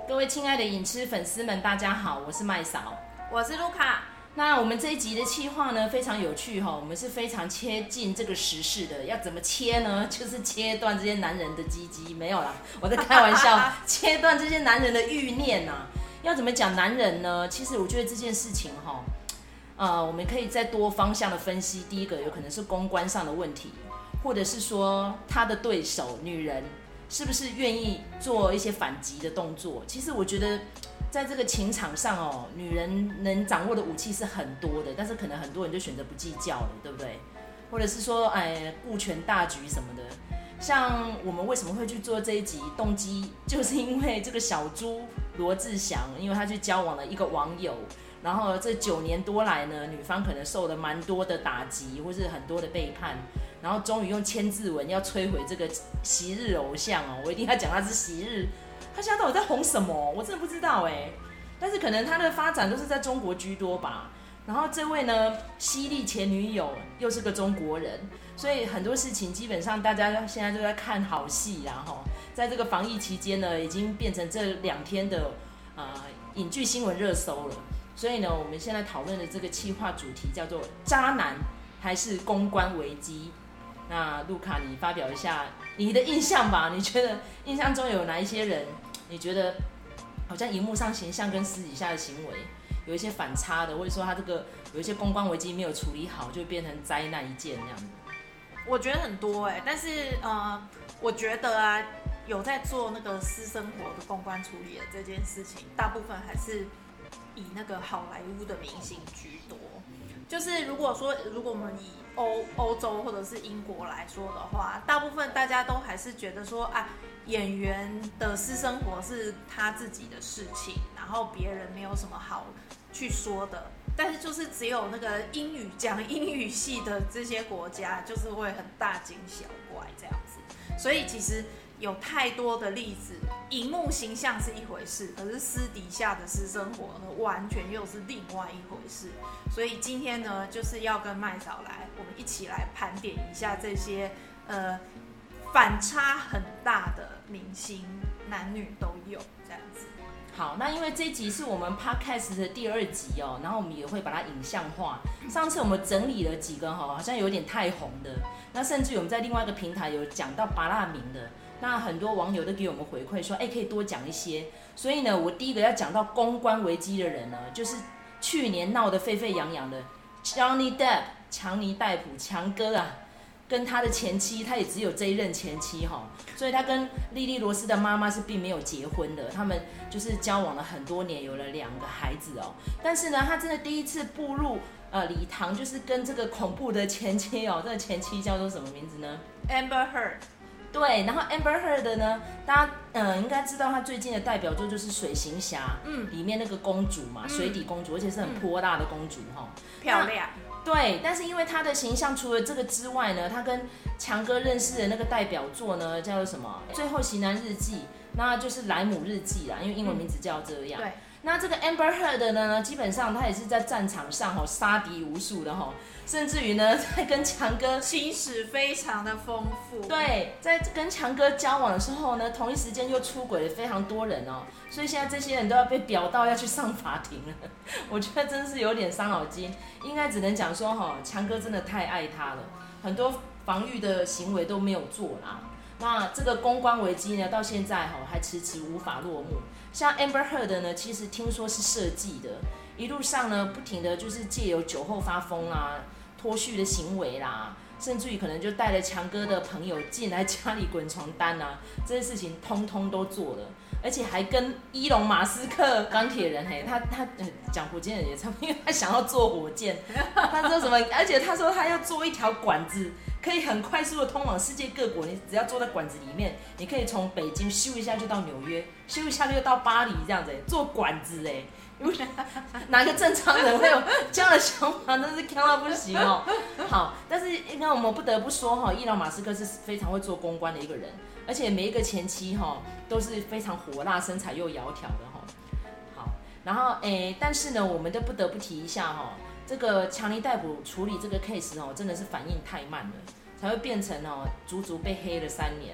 各位亲爱的影痴粉丝们，大家好，我是麦嫂， 我是卢卡。 那我们这一集的企划呢非常有趣哈，我们是非常切近这个时事的。要怎么切呢？就是切断这些男人的鸡鸡，没有啦，我在开玩笑。切断这些男人的欲念啊。要怎么讲男人呢？其实我觉得这件事情哈，我们可以再多方向的分析。第一个有可能是公关上的问题，或者是说他的对手女人是不是愿意做一些反击的动作。其实我觉得在这个情场上女人能掌握的武器是很多的，但是可能很多人就选择不计较了，对不对？或者是说顾全大局什么的。像我们为什么会去做这一集，动机就是因为这个小猪罗志祥，因为他去交往了一个网友，然后这9年多来呢，女方可能受了蛮多的打击，或是很多的背叛，然后终于用千字文要摧毁这个昔日偶像我一定要讲他是昔日。他现在到底在红什么？我真的不知道但是可能他的发展都是在中国居多吧。然后这位呢，犀利前女友又是个中国人，所以很多事情基本上大家现在都在看好戏啦在这个防疫期间呢，已经变成这2天的影剧新闻热搜了。所以呢，我们现在讨论的这个企划主题叫做渣男还是公关危机。那路卡，你发表一下你的印象吧。你觉得印象中有哪一些人，你觉得好像荧幕上形象跟私底下的行为有一些反差的，或者说他这个有一些公关危机没有处理好，就变成灾难一件这样子？ 我觉得很多但是我觉得有在做那个私生活的公关处理的这件事情，大部分还是以那个好莱坞的明星居多。就是如果我们以欧洲或者是英国来说的话，大部分大家都还是觉得说演员的私生活是他自己的事情，然后别人没有什么好去说的。但是就是只有那个讲英语系的这些国家，就是会很大惊小怪这样子。所以其实有太多的例子，荧幕形象是一回事，可是私底下的私生活呢，完全又是另外一回事。所以今天呢，就是要跟麦嫂来，我们一起来盘点一下这些反差很大的明星，男女都有这样子。 好，那因为这一集是我们 podcast 的第2集然后我们也会把它影像化。上次我们整理了几个好像有点太红的，那甚至于我们在另外一个平台有讲到拔蜡名的，那很多网友都给我们回馈说，可以多讲一些。所以呢，我第一个要讲到公关危机的人呢，就是去年闹得沸沸扬扬的 Johnny Depp 强尼戴普强哥跟他的前妻，他也只有这一任前妻所以他跟莉莉罗斯的妈妈是并没有结婚的，他们就是交往了很多年，有了2个孩子但是呢，他真的第一次步入礼堂，就是跟这个恐怖的前妻这个前妻叫做什么名字呢？ Amber Heard。 对，然后 Amber Heard 呢，大家应该知道她最近的代表作就是《水行侠》里面那个公主嘛，水底公主，而且是很泼辣的公主漂亮。 对，但是因为她的形象除了这个之外呢，她跟强哥认识的那个代表作呢，叫做什么？最后型男日记，那就是莱姆日记啦，因为英文名字叫这样。 对。 那这个 Amber Heard 呢，基本上她也是在战场上杀敌无数的甚至于呢，在跟强哥情史非常的丰富。 对，在跟强哥交往的时候呢，同一时间又出轨了非常多人所以现在这些人都要被表到要去上法庭了。我觉得真是有点伤脑筋，应该只能讲说强哥真的太爱她了，很多防御的行为都没有做啦。那这个公关危机呢，到现在还迟迟无法落幕。像 Amber Heard 呢，其实听说是设计的，一路上呢不停的就是借由酒后发疯脱序的行为啦，甚至于可能就带了强哥的朋友进来家里滚床单这些事情通通都做了，而且还跟伊隆马斯克钢铁人他讲火箭人也差不多，因为他想要做火箭，他说什么？而且他说他要做一条管子，可以很快速的通往世界各国，你只要坐在管子里面，你可以从北京咻一下就到纽约，咻一下就到巴黎这样子坐管子哪个正常人会有这样的想法？真是强到不行好，但是应该我们不得不说伊隆马斯克是非常会做公关的一个人，而且每一个前妻都是非常火辣，身材又窈窕的好，然后但是呢，我们都不得不提一下这个强尼戴普处理这个 case 真的是反应太慢了，才会变成足足被黑了3年。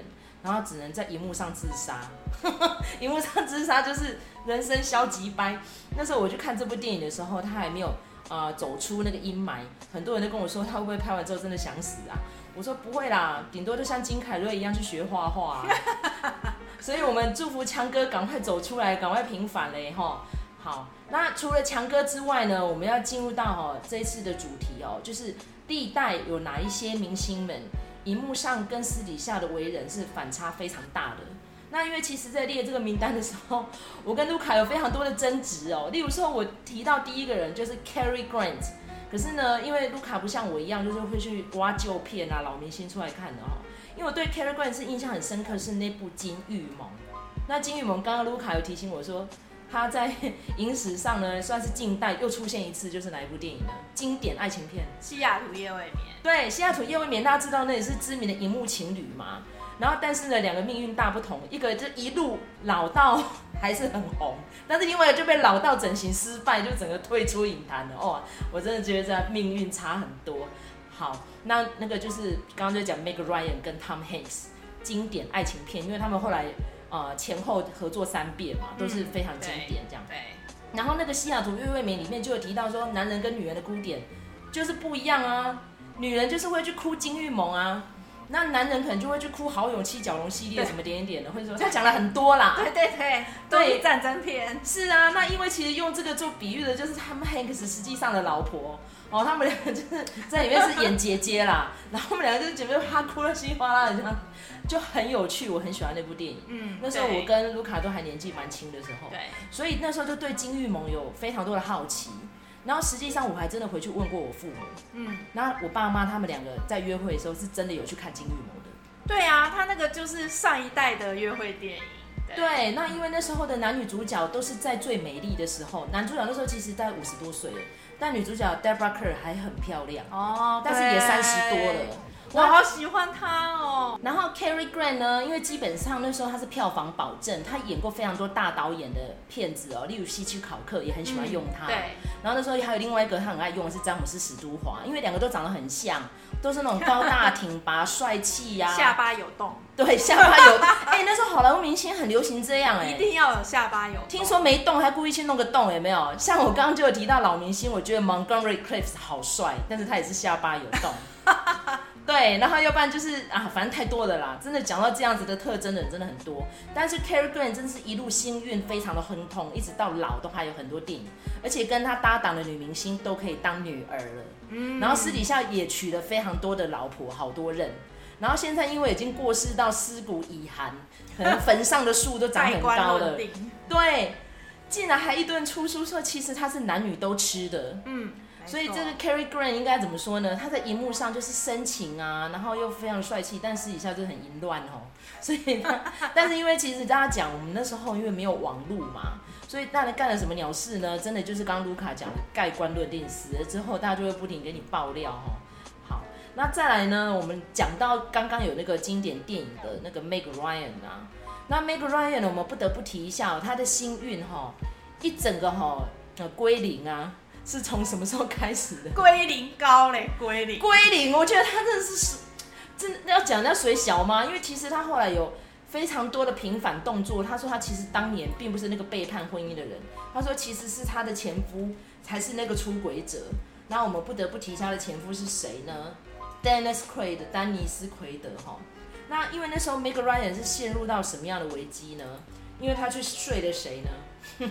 然后只能在荧幕上自杀。荧幕上自杀就是人生消极掰。那时候我去看这部电影的时候，他还没有走出那个阴霾，很多人都跟我说他会不会拍完之后真的想死啊？我说不会啦，顶多就像金凯瑞一样去学画画所以我们祝福强哥赶快走出来，赶快平反嘞齁。好，那除了强哥之外呢，我们要进入到这一次的主题就是历代有哪一些明星们，荧幕上跟私底下的为人是反差非常大的。那因为其实在列这个名单的时候，我跟卢卡有非常多的争执例如说我提到第一个人就是 Cary Grant， 可是呢，因为卢卡不像我一样，就是会去挖旧片啊、老明星出来看的因为我对 Cary Grant 是印象很深刻，是那部《金玉盟》。那《金玉盟》刚刚卢卡有提醒我说，他在影史上呢算是近代又出现一次，就是哪一部电影呢？经典爱情片《 西雅图夜未眠》。 对，《西雅图夜未眠》，大家知道那也是知名的荧幕情侣嘛。然后，但是呢，两个命运大不同，一个就一路老到还是很红，但是另外一个就被老到整形失败，就整个退出影坛了。我真的觉得这命运差很多。好，那个就是刚刚在讲 Meg Ryan 跟 Tom Hanks 经典爱情片，因为他们后来前后合作3遍嘛，都是非常经典这样。 对。 然后那个《西雅图夜未眠》里面就有提到说，男人跟女人的哭点就是不一样啊，女人就是会去哭金玉盟啊。那男人可能就会去哭好勇七角龙系列什么点点点的，或者说他讲了很多啦。 对，都是战争片。 是啊，那因为其实用这个做比喻的就是他们 Hanks 实际上的老婆他们两个就是在里面是演姐姐啦，然后他们两个就是姐妹花哭了稀里哗啦的，这样就很有趣，我很喜欢那部电影。那时候我跟卢卡都还年纪蛮轻的时候， 对， 所以那时候就对金玉盟有非常多的好奇。然后实际上我还真的回去问过我父母，然后我爸妈他们两个在约会的时候是真的有去看金玉盟的。 对啊，他那个就是上一代的约会电影。 对，那因为那时候的男女主角都是在最美丽的时候，男主角那时候其实大概50多岁了，但女主角 Deborah Kerr 还很漂亮但是也30多了。 我好喜欢他哦。 然后 Cary Grant 呢，因为基本上那时候他是票房保证，他演过非常多大导演的片子例如希区考克也很喜欢用他。 对。 然后那时候还有另外一个他很爱用的是詹姆斯史都华，因为两个都长得很像，都是那种高大挺拔、帅气呀， 下巴有洞。 对，下巴有洞。那时候好莱坞明星很流行这样一定要有下巴有洞。 听说没洞还故意去弄个洞，有没有？像我刚刚就有提到老明星，我觉得 Montgomery Clift 好帅，但是他也是下巴有洞。对，然后要不然就是反正太多了啦，真的讲到这样子的特征的人真的很多。但是 Cary Grant 真是一路星运非常的亨通，一直到老都还有很多电影，而且跟他搭档的女明星都可以当女儿了。然后私底下也娶了非常多的老婆，好多任。然后现在因为已经过世到尸骨已寒，可能坟上的树都长很高了。对，竟然还一顿出书说其实他是男女都吃的。所以这个 Cary Grant 应该怎么说呢？他在荧幕上就是深情啊，然后又非常帅气，但私底下就很淫乱所以但是因为其实大家讲，我们那时候因为没有网路嘛，所以大家干了什么鸟事呢？真的就是刚刚卢卡讲的盖棺论定，死了之后大家就会不停给你爆料好，那再来呢，我们讲到刚刚有那个经典电影的那个 Meg Ryan 啊，那 Meg Ryan 呢，我们不得不提一下他的星运一整个归零啊。是从什么时候开始的？ 归零高嘞，归零， 我觉得他真的是真的要讲人家水小吗？因为其实他后来有非常多的平反动作。他说他其实当年并不是那个背叛婚姻的人，他说其实是他的前夫才是那个出轨者。那我们不得不提他的前夫是谁呢？ Dennis Quaid 丹尼斯奎德那因为那时候 Meg Ryan 是陷入到什么样的危机呢？因为他去睡了谁呢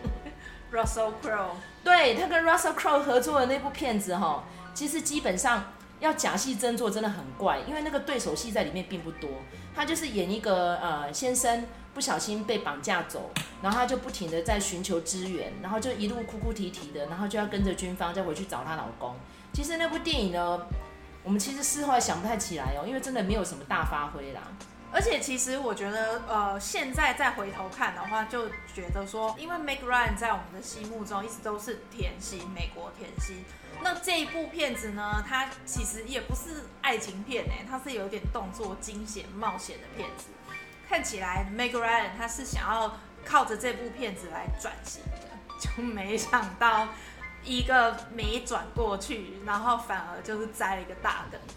？Russell Crowe。 对，他跟 Russell Crowe 合作的那部片子其实基本上要假戏真做真的很怪，因为那个对手戏在里面并不多。他就是演一个先生不小心被绑架走，然后他就不停的在寻求支援，然后就一路哭哭啼啼的，然后就要跟着军方再回去找她老公。其实那部电影呢，我们其实事后还想不太起来因为真的没有什么大发挥啦。 而且其实我觉得，现在再回头看的话，就觉得说，因为 Meg Ryan 在我们的心目中一直都是甜心，美国甜心。那这一部片子呢，它其实也不是爱情片它是有点动作、惊险、冒险的片子。看起来 Meg Ryan 他是想要靠着这部片子来转型的，就没想到一个没转过去，然后反而就是栽了一个大跟斗。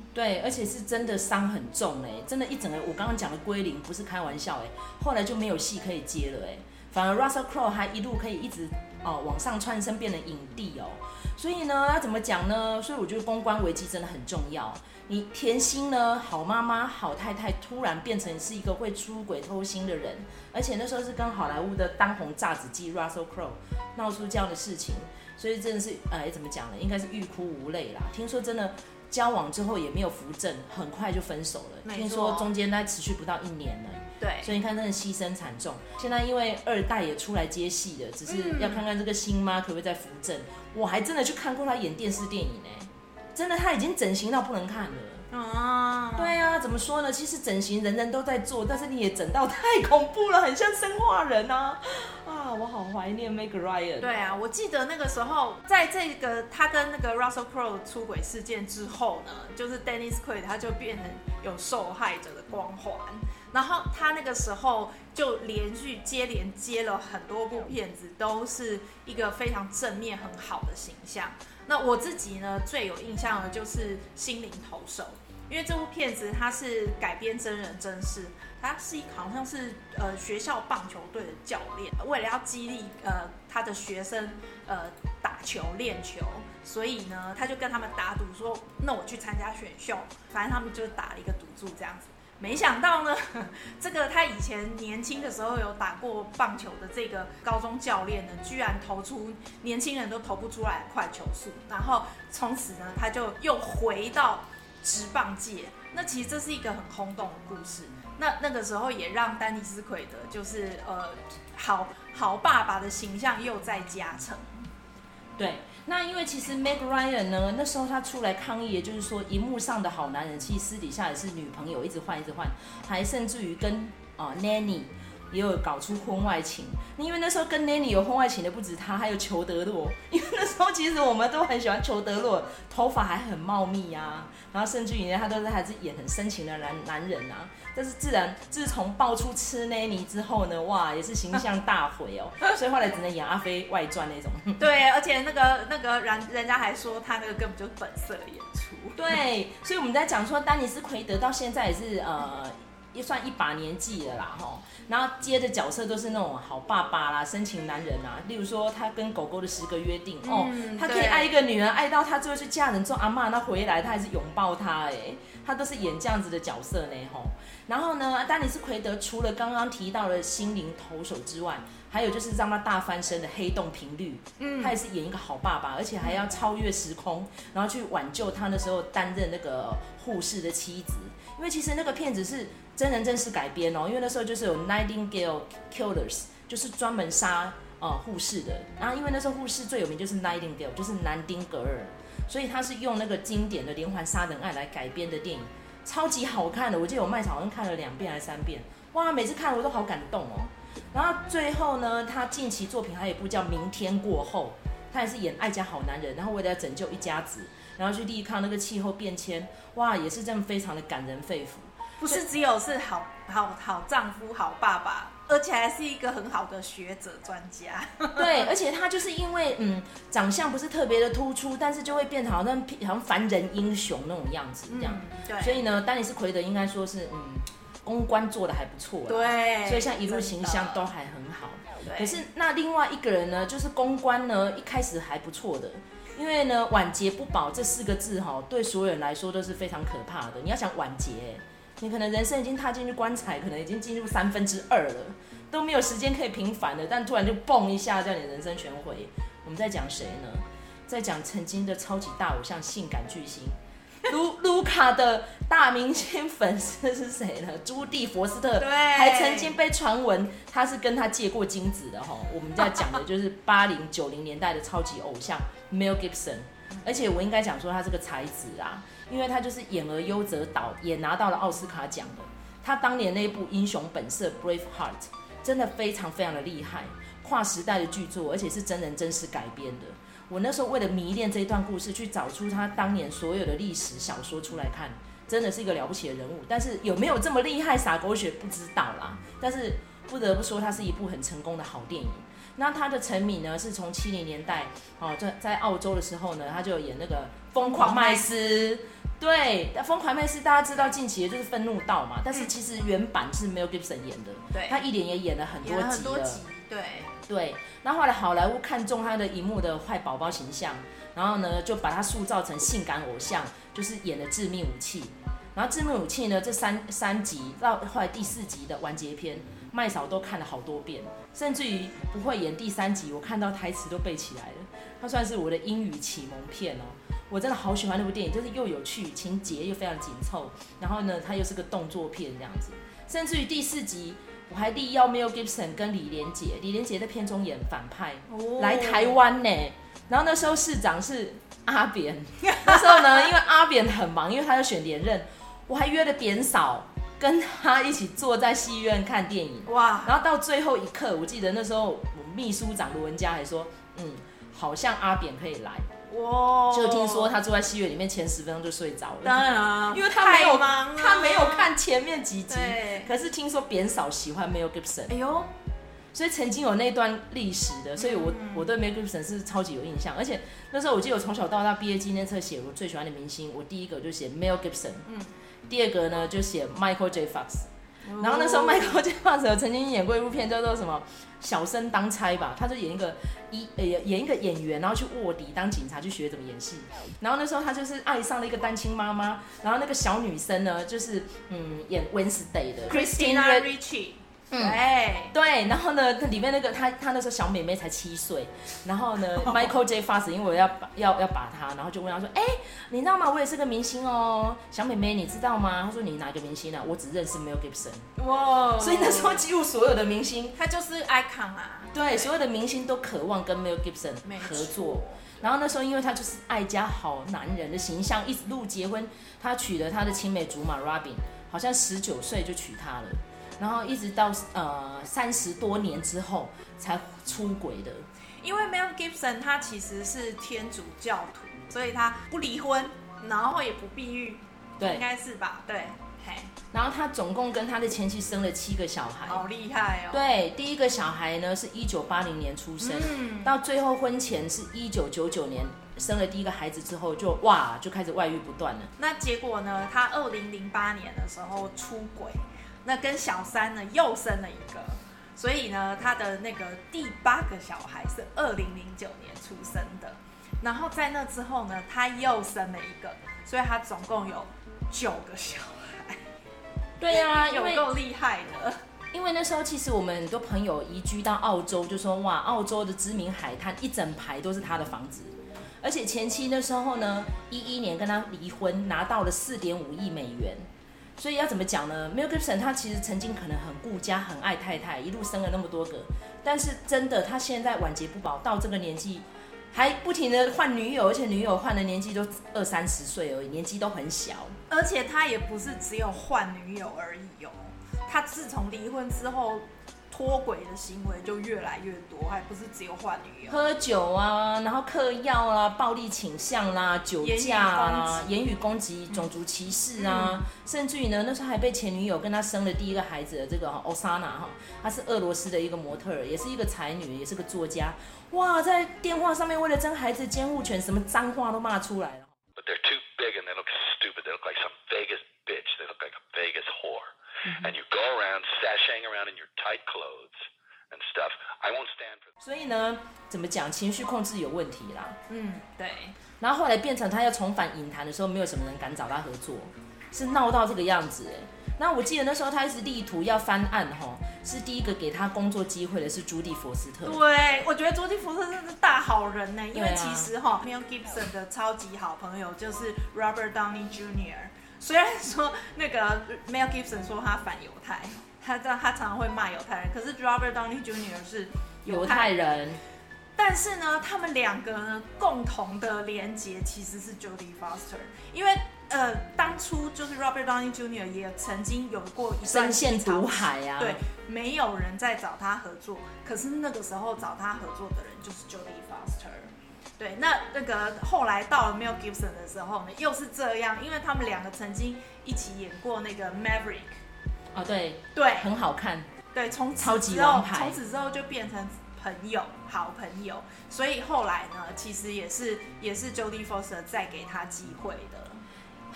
对，而且是真的伤很重真的，一整个我刚刚讲的归零不是开玩笑后来就没有戏可以接了反而 Russell Crowe 还一路可以一直往上窜升，变成影帝所以呢，要怎么讲呢？所以我觉得公关危机真的很重要。你甜心呢，好妈妈、好太太，突然变成是一个会出轨偷腥的人，而且那时候是跟好莱坞的当红炸子鸡 Russell Crowe 闹出这样的事情，所以真的是怎么讲呢？应该是欲哭无泪啦。听说真的交往之后也没有扶正，很快就分手了。听说中间大概持续不到1年了。 对， 所以你看，真的牺牲惨重。现在因为2代也出来接戏了，只是要看看这个新妈可不可以再扶正。我还真的去看过她演电视电影真的她已经整形到不能看了。对啊，怎么说呢？其实整形人人都在做，但是你也整到太恐怖了，很像生化人啊！我好怀念 Meg Ryan。 对啊，我记得那个时候，在这个他跟那个 Russell Crowe 出轨事件之后呢，就是 Dennis Quaid 他就变成有受害者的光环，然后他那个时候就连续接了很多部片子，都是一个非常正面很好的形象。那我自己呢，最有印象的就是《心灵投手》，因为这部片子它是改编真人真事，他是好像是学校棒球队的教练，为了要激励他的学生打球练球，所以呢他就跟他们打赌说，那我去参加选秀，反正他们就打了一个赌注这样子。没想到呢，这个他以前年轻的时候有打过棒球的这个高中教练呢，居然投出年轻人都投不出来的快球速，然后从此呢，他就又回到职棒界。那其实这是一个很轰动的故事。那个时候也让丹尼斯·奎德就是好爸爸的形象又再加成。 对，那因为其实 Meg Ryan 呢，那时候他出来抗议，也就是说，荧幕上的好男人，其实私底下也是女朋友，一直换，还甚至于跟Nanny 也有搞出婚外情。因为那时候跟 Nanny 有婚外情的不止他，还有裘德洛。因为那时候其实我们都很喜欢裘德洛，头发还很茂密啊，然后甚至于他还是演很深情的男人啊。但是自从爆出吃 Nanny 之后呢，哇，也是形象大毁所以后来只能演阿飞外传那种。 对，而且那个人家还说他那个根本就是本色演出。 对，所以我们在讲说丹尼斯·奎德到现在也是也算一把年纪了啦然后接的角色都是那种好爸爸啦、深情男人啊，例如说他跟狗狗的10个约定他可以爱一个女人爱到他最后去嫁人做阿嬷，那回来他还是拥抱她他都是演这样子的角色呢然后呢，丹尼斯·奎德除了刚刚提到的心灵投手之外，还有就是让他大翻身的黑洞频率，他也是演一个好爸爸，而且还要超越时空，然后去挽救他那时候担任那个护士的妻子。因为其实那个片子是真人真事改编因为那时候就是有 Nightingale Killers， 就是专门杀护士的。然后因为那时候护士最有名就是 Nightingale， 就是南丁格尔，所以他是用那个经典的连环杀人案来改编的电影，超级好看的。我记得我麦场好像看了2遍还是3遍，哇，每次看我都好感动然后最后呢，他近期作品还有一部叫《明天过后》，他也是演爱家好男人，然后为了要拯救一家子，然后去抵抗那个气候变迁，哇，也是真的非常的感人肺腑。 不是只有是好丈夫、好爸爸，而且还是一个很好的学者专家。 对，而且他就是因为长相不是特别的突出，但是就会变成好像凡人英雄那种样子这样。 对， 所以呢，丹尼斯·奎德应该说是公关做的还不错， 对， 所以像一路形象都还很好。可是那另外一个人呢，就是公关呢，一开始还不错的，因为呢晚节不保这4个字对所有人来说都是非常可怕的。你要想晚节，你可能人生已经踏进去棺材，可能已经进入2/3了，都没有时间可以平反了，但突然就蹦一下，叫你人生全毁。我们在讲谁呢？在讲曾经的超级大偶像、性感巨星。卢卡的大明星粉丝是谁呢？朱蒂·佛斯特，还曾经被传闻他是跟他借过精子的我们在讲的就是80、90年代的超级偶像 Mel Gibson， 而且我应该讲说他是个才子啦，因为他就是演而优则导，也拿到了奥斯卡奖的。他当年那一部《英雄本色》Braveheart 真的非常非常的厉害，跨时代的剧作，而且是真人真事改编的。我那时候为了迷恋这一段故事，去找出他当年所有的历史小说出来看，真的是一个了不起的人物。但是有没有这么厉害洒狗血不知道啦。但是不得不说，它是一部很成功的好电影。那他的成名呢，是从70年代在澳洲的时候呢，他就有演那个《疯狂麦斯》， 对，疯狂妹是大家知道近期的就是愤怒道嘛，但是其实原版是Mel Gibson 演的， 对， 他一连也演了很多集了，对。然后后来好莱坞看中他的荧幕的坏宝宝形象，然后呢就把他塑造成性感偶像，就是演了《致命武器》。然后《致命武器》呢这三集到后来第4集的完结篇，麦嫂都看了好多遍，甚至于不会演第3集，我看到台词都背起来了。它算是我的英语启蒙片哦，我真的好喜欢那部电影，就是又有趣，情节又非常紧凑，然后呢，它又是个动作片这样子。甚至于第4集，我还力邀 Mel Gibson 跟李连杰在片中演反派，来台湾呢。然后那时候市长是阿扁，那时候呢，因为阿扁很忙，因为他要选连任，我还约了扁嫂。跟他一起坐在戏院看电影，哇！然后到最后一刻，我记得那时候我秘书长卢文嘉还说，好像阿扁可以来，哇！就听说他坐在戏院里面前10分钟就睡着了，当然啊，因为他没有看前面几集，可是听说扁嫂喜欢 Mel Gibson， 哎呦，所以曾经有那段历史的，所以我对 Mel Gibson 是超级有印象，而且那时候我记得我从小到大毕业纪念册写我最喜欢的明星，我第一个就写 Mel Gibson，第二个呢就写 Michael J. Fox， 然后那时候 Michael J. Fox 有曾经演过一部片叫做什么小生当差吧，他就演一个演员，然后去卧底当警察去学怎么演戏，然后那时候他就是爱上了一个单亲妈妈，然后那个小女生呢就是演 Wednesday 的 Christina Ricci。 对，然后呢，里面那个他那时候小妹妹才7岁，然后呢，Michael J. Fox 因为要把他，然后就问他说，你知道吗？我也是个明星哦，小妹妹你知道吗？他说你哪个明星啊？我只认识 Mel Gibson。哇！所以那时候几乎所有的明星， 他就是 icon 啊。 对，所有的明星都渴望跟 Mel Gibson 合作。然后那时候因为他就是爱家好男人的形象，一路结婚，他娶了他的青梅竹马 Robin， 好像19岁就娶她了。然后一直到30多年之后才出轨的， 因为 Mel Gibson 他其实是天主教徒，所以他不离婚，然后也不避孕，对，应该是吧？对， 然后他总共跟他的前妻生了7个小孩， 好厉害哦！ 对，第一个小孩呢是1980年出生，到最后婚前是1999年生了第一个孩子之后就开始外遇不断了。 那结果呢？他2008年的时候出轨。那跟小三呢又生了一个，所以呢，他的那个第8个小孩是2009年出生的，然后在那之后呢，他又生了一个，所以他总共有9个小孩。 对呀， 有够厉害的。 因为那时候其实我们很多朋友移居到澳洲，就说哇，澳洲的知名海滩一整排都是他的房子，而且前妻那时候呢，11年跟他离婚，拿到了4.5亿美元。所以要怎么讲呢 ？Mel Gibson 他其实曾经可能很顾家、很爱太太，一路生了那么多个，但是真的他现在晚节不保，到这个年纪还不停的换女友，而且女友换的年纪都20-30岁而已，年纪都很小。 而且他也不是只有换女友而已哦，他自从离婚之后，脱轨的行为就越来越多，还不是只有换女友， 喝酒啊，然后嗑药啊，暴力倾向啦，酒驾啊，言语攻击，种族歧视啊，甚至于呢，那时候还被前女友跟他生了第一个孩子的这个Osana 哈，她是俄罗斯的一个模特儿，也是一个才女，也是个作家，哇，在电话上面为了争孩子监护权，什么脏话都骂出来了。 But they're too big and they look stupid. They look like some Vegas bitch. They look like a Vegas whore.And you go around sashaying around in your tight clothes and stuff. I won't stand for. 所以呢，怎么讲，情绪控制有问题啦。 对。 然后后来变成他要重返影坛的时候，没有什么人敢找他合作，是闹到这个样子哎。那我记得那时候他一直力图要翻案是第一个给他工作机会的是朱蒂佛斯特。 对，我觉得朱蒂佛斯特是大好人呢，因为其实Mel Gibson 的超级好朋友就是 Robert Downey Jr.虽然说那个 Mel Gibson 说他反犹太，他常常会骂犹太人，可是 Robert Downey Jr. 是犹太人， 但是呢，他们2个呢共同的连结其实是 Jodie Foster， 因为当初就是 Robert Downey Jr. 也曾经有过一段深陷毒海啊， 对，没有人在找他合作，可是那个时候找他合作的人就是 Jodie Foster。对，那个后来到了 Mel Gibson 的时候呢，又是这样，因为他们2个曾经一起演过那个 Maverick。 对，很好看。 对， 超级王牌， 从此之后就变成好朋友。所以后来呢，其实也是 Jodie Foster 再给他机会的。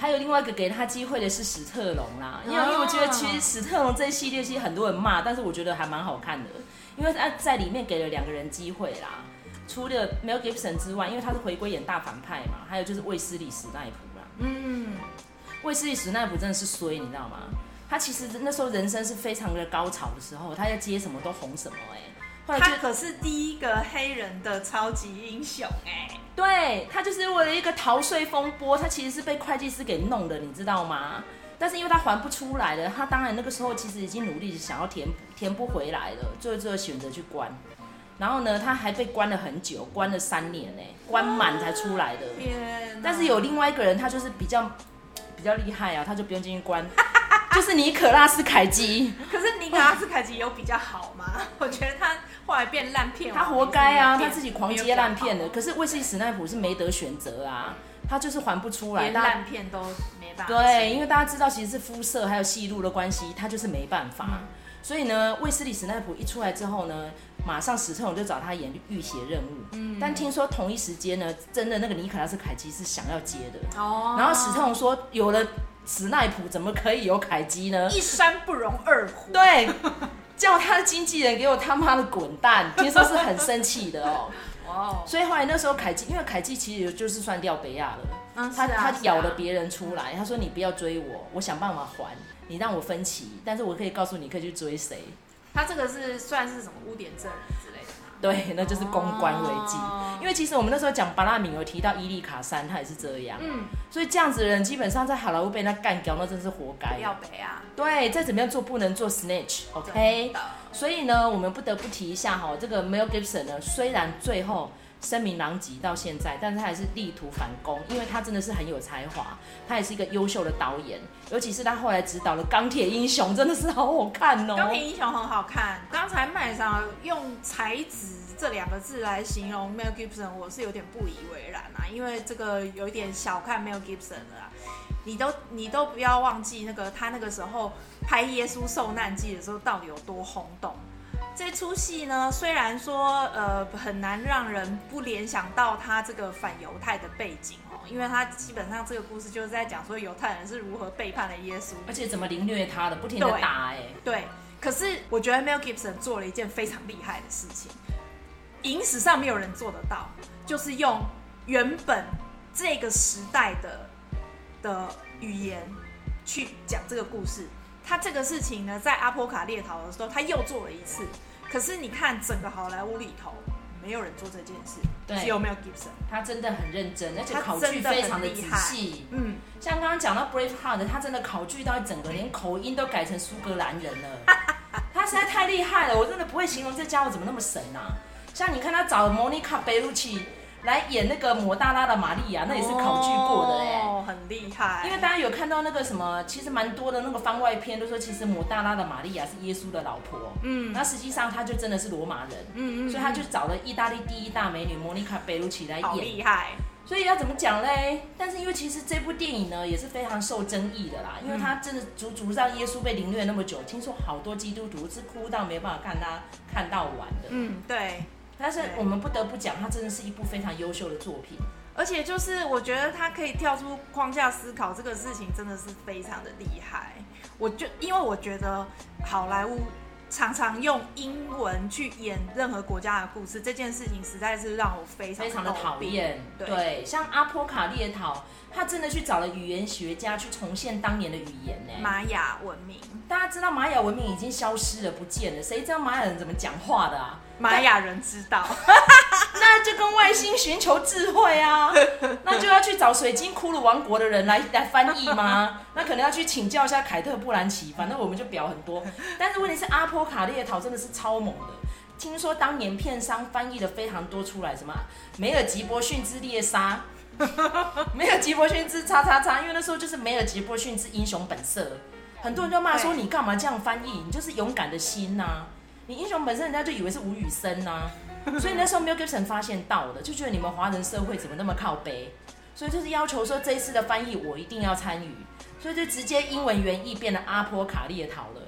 还有另外一个给他机会的是史特龙啦，因为我觉得其实史特龙这一系列其实很多人骂，但是我觉得还蛮好看的，因为他在里面给了2个人机会啦。除了 Mel Gibson 之外，因为他是回归演大反派嘛，还有就是卫斯理史奈普啦。卫斯理史奈普真的是衰，你知道吗？他其实那时候人生是非常的高潮的时候，他要接什么都红什么他可是第一个黑人的超级英雄对，他就是为了一个逃税风波，他其实是被会计师给弄的，你知道吗？但是因为他还不出来了，他当然那个时候其实已经努力想要填不回来了，最后选择去关。然后呢，他还被关了很久，关了3年关满才出来的。但是有另外一个人，他就是比较厉害啊，他就不用进去关，就是尼可拉斯凯基。 可是尼可拉斯凯奇有比较好吗？我觉得他后来变烂片， 他活该啊，他自己狂接烂片的。可是卫斯理史奈普是没得选择啊，他就是还不出来， 连烂片都没办法。 对，因为大家知道其实是肤色还有戏路的关系，他就是没办法。所以呢，卫斯理史奈普一出来之后呢，马上史特龙就找他演浴血任务。但听说同一时间呢，真的那个尼可拉斯凯基是想要接的。然后史特龙说，有了史奈普怎么可以有凯基呢？ 一山不容二虎。 对，叫他的经纪人给我他妈的滚蛋！听说是很生气的所以后来那时候凯基，因为凯基其实就是算掉北亚了。他咬了别人出来，他说你不要追我，我想办法还。你让我分期，但是我可以告诉你可以去追谁。 他这个是算是什么污点证人之类的吗？ 对，那就是公关危机。因为其实我们那时候讲巴拉敏有提到伊利卡山，他也是这样。所以这样子的人基本上在好莱坞被他干掉，那真是活该。 要北啊！ 对，再怎么样做不能做 snitch，OK？所以呢，我们不得不提一下这个 Mel Gibson 呢，虽然最后声名狼藉到现在，但是他还是力图反攻，因为他真的是很有才华，他也是一个优秀的导演，尤其是他后来执导了《钢铁英雄》，真的是好好看哦。 钢铁英雄很好看，刚才麦上用才子这2个字来形容 Mel Gibson， 我是有点不以为然啊，因为这个有一点小看 Mel Gibson 了啊。你都不要忘记他那个时候拍《耶稣受难记》的时候到底有多轰动。这出戏呢，虽然说很难让人不联想到他这个反犹太的背景因为他基本上这个故事就是在讲说犹太人是如何背叛了耶稣， 而且怎么凌虐他的，不停的打对，可是我觉得 Mel Gibson 做了一件非常厉害的事情，影史上没有人做得到，就是用原本这个时代的语言去讲这个故事。他这个事情呢，在阿波卡列逃的时候，他又做了一次。可是你看，整个好莱坞里头，没有人做这件事，只有 Mel Gibson。 他真的很认真，而且考据非常的仔细。像刚刚讲到 Braveheart， 他真的考据到整个连口音都改成苏格兰人了。他实在太厉害了，我真的不会形容这家伙怎么那么神啊！像你看他找 Monica Bellucci 来演那个抹大拉的玛利亚，那也是考据过的很厉害。 因为大家有看到那个什么，其实蛮多的那个番外篇都说，其实抹大拉的玛利亚是耶稣的老婆，那实际上她就真的是罗马人，所以他就找了意大利第一大美女 Monica Bellucci 来演， 好厉害。 所以要怎么讲嘞？但是因为其实这部电影呢也是非常受争议的啦，因为他真的足足让耶稣被凌虐那么久，听说好多基督徒是哭到没办法看到完的。 对。 但是我们不得不讲，它真的是一部非常优秀的作品， 而且就是我觉得它可以跳出框架思考这个事情，真的是非常的厉害。因为我觉得好莱坞常常用英文去演任何国家的故事，这件事情实在是让我非常的讨厌。对，像阿波卡列逃，他真的去找了语言学家去重现当年的语言玛雅文明。 大家知道玛雅文明已经消失了，不见了，谁知道玛雅人怎么讲话的啊？ 玛雅人知道， 那就跟外星寻求智慧啊，那就要去找水晶骷髅王国的人来翻译吗？那可能要去请教一下凯特·布兰奇，反正我们就表很多。但是问题是，阿波卡列逃真的是超猛的。听说当年片商翻译了非常多出来，什么梅尔吉伯逊之猎杀，梅尔吉伯逊之叉叉叉，因为那时候就是梅尔吉伯逊之英雄本色，很多人就骂说你干嘛这样翻译？你就是勇敢的心啊！你英雄本身，人家就以为是吴宇森啊，所以那时候 Mel Gibson 发现到了，就觉得你们华人社会怎么那么靠北，所以就是要求说这一次的翻译我一定要参与，所以就直接英文原译变成阿波卡列逃了。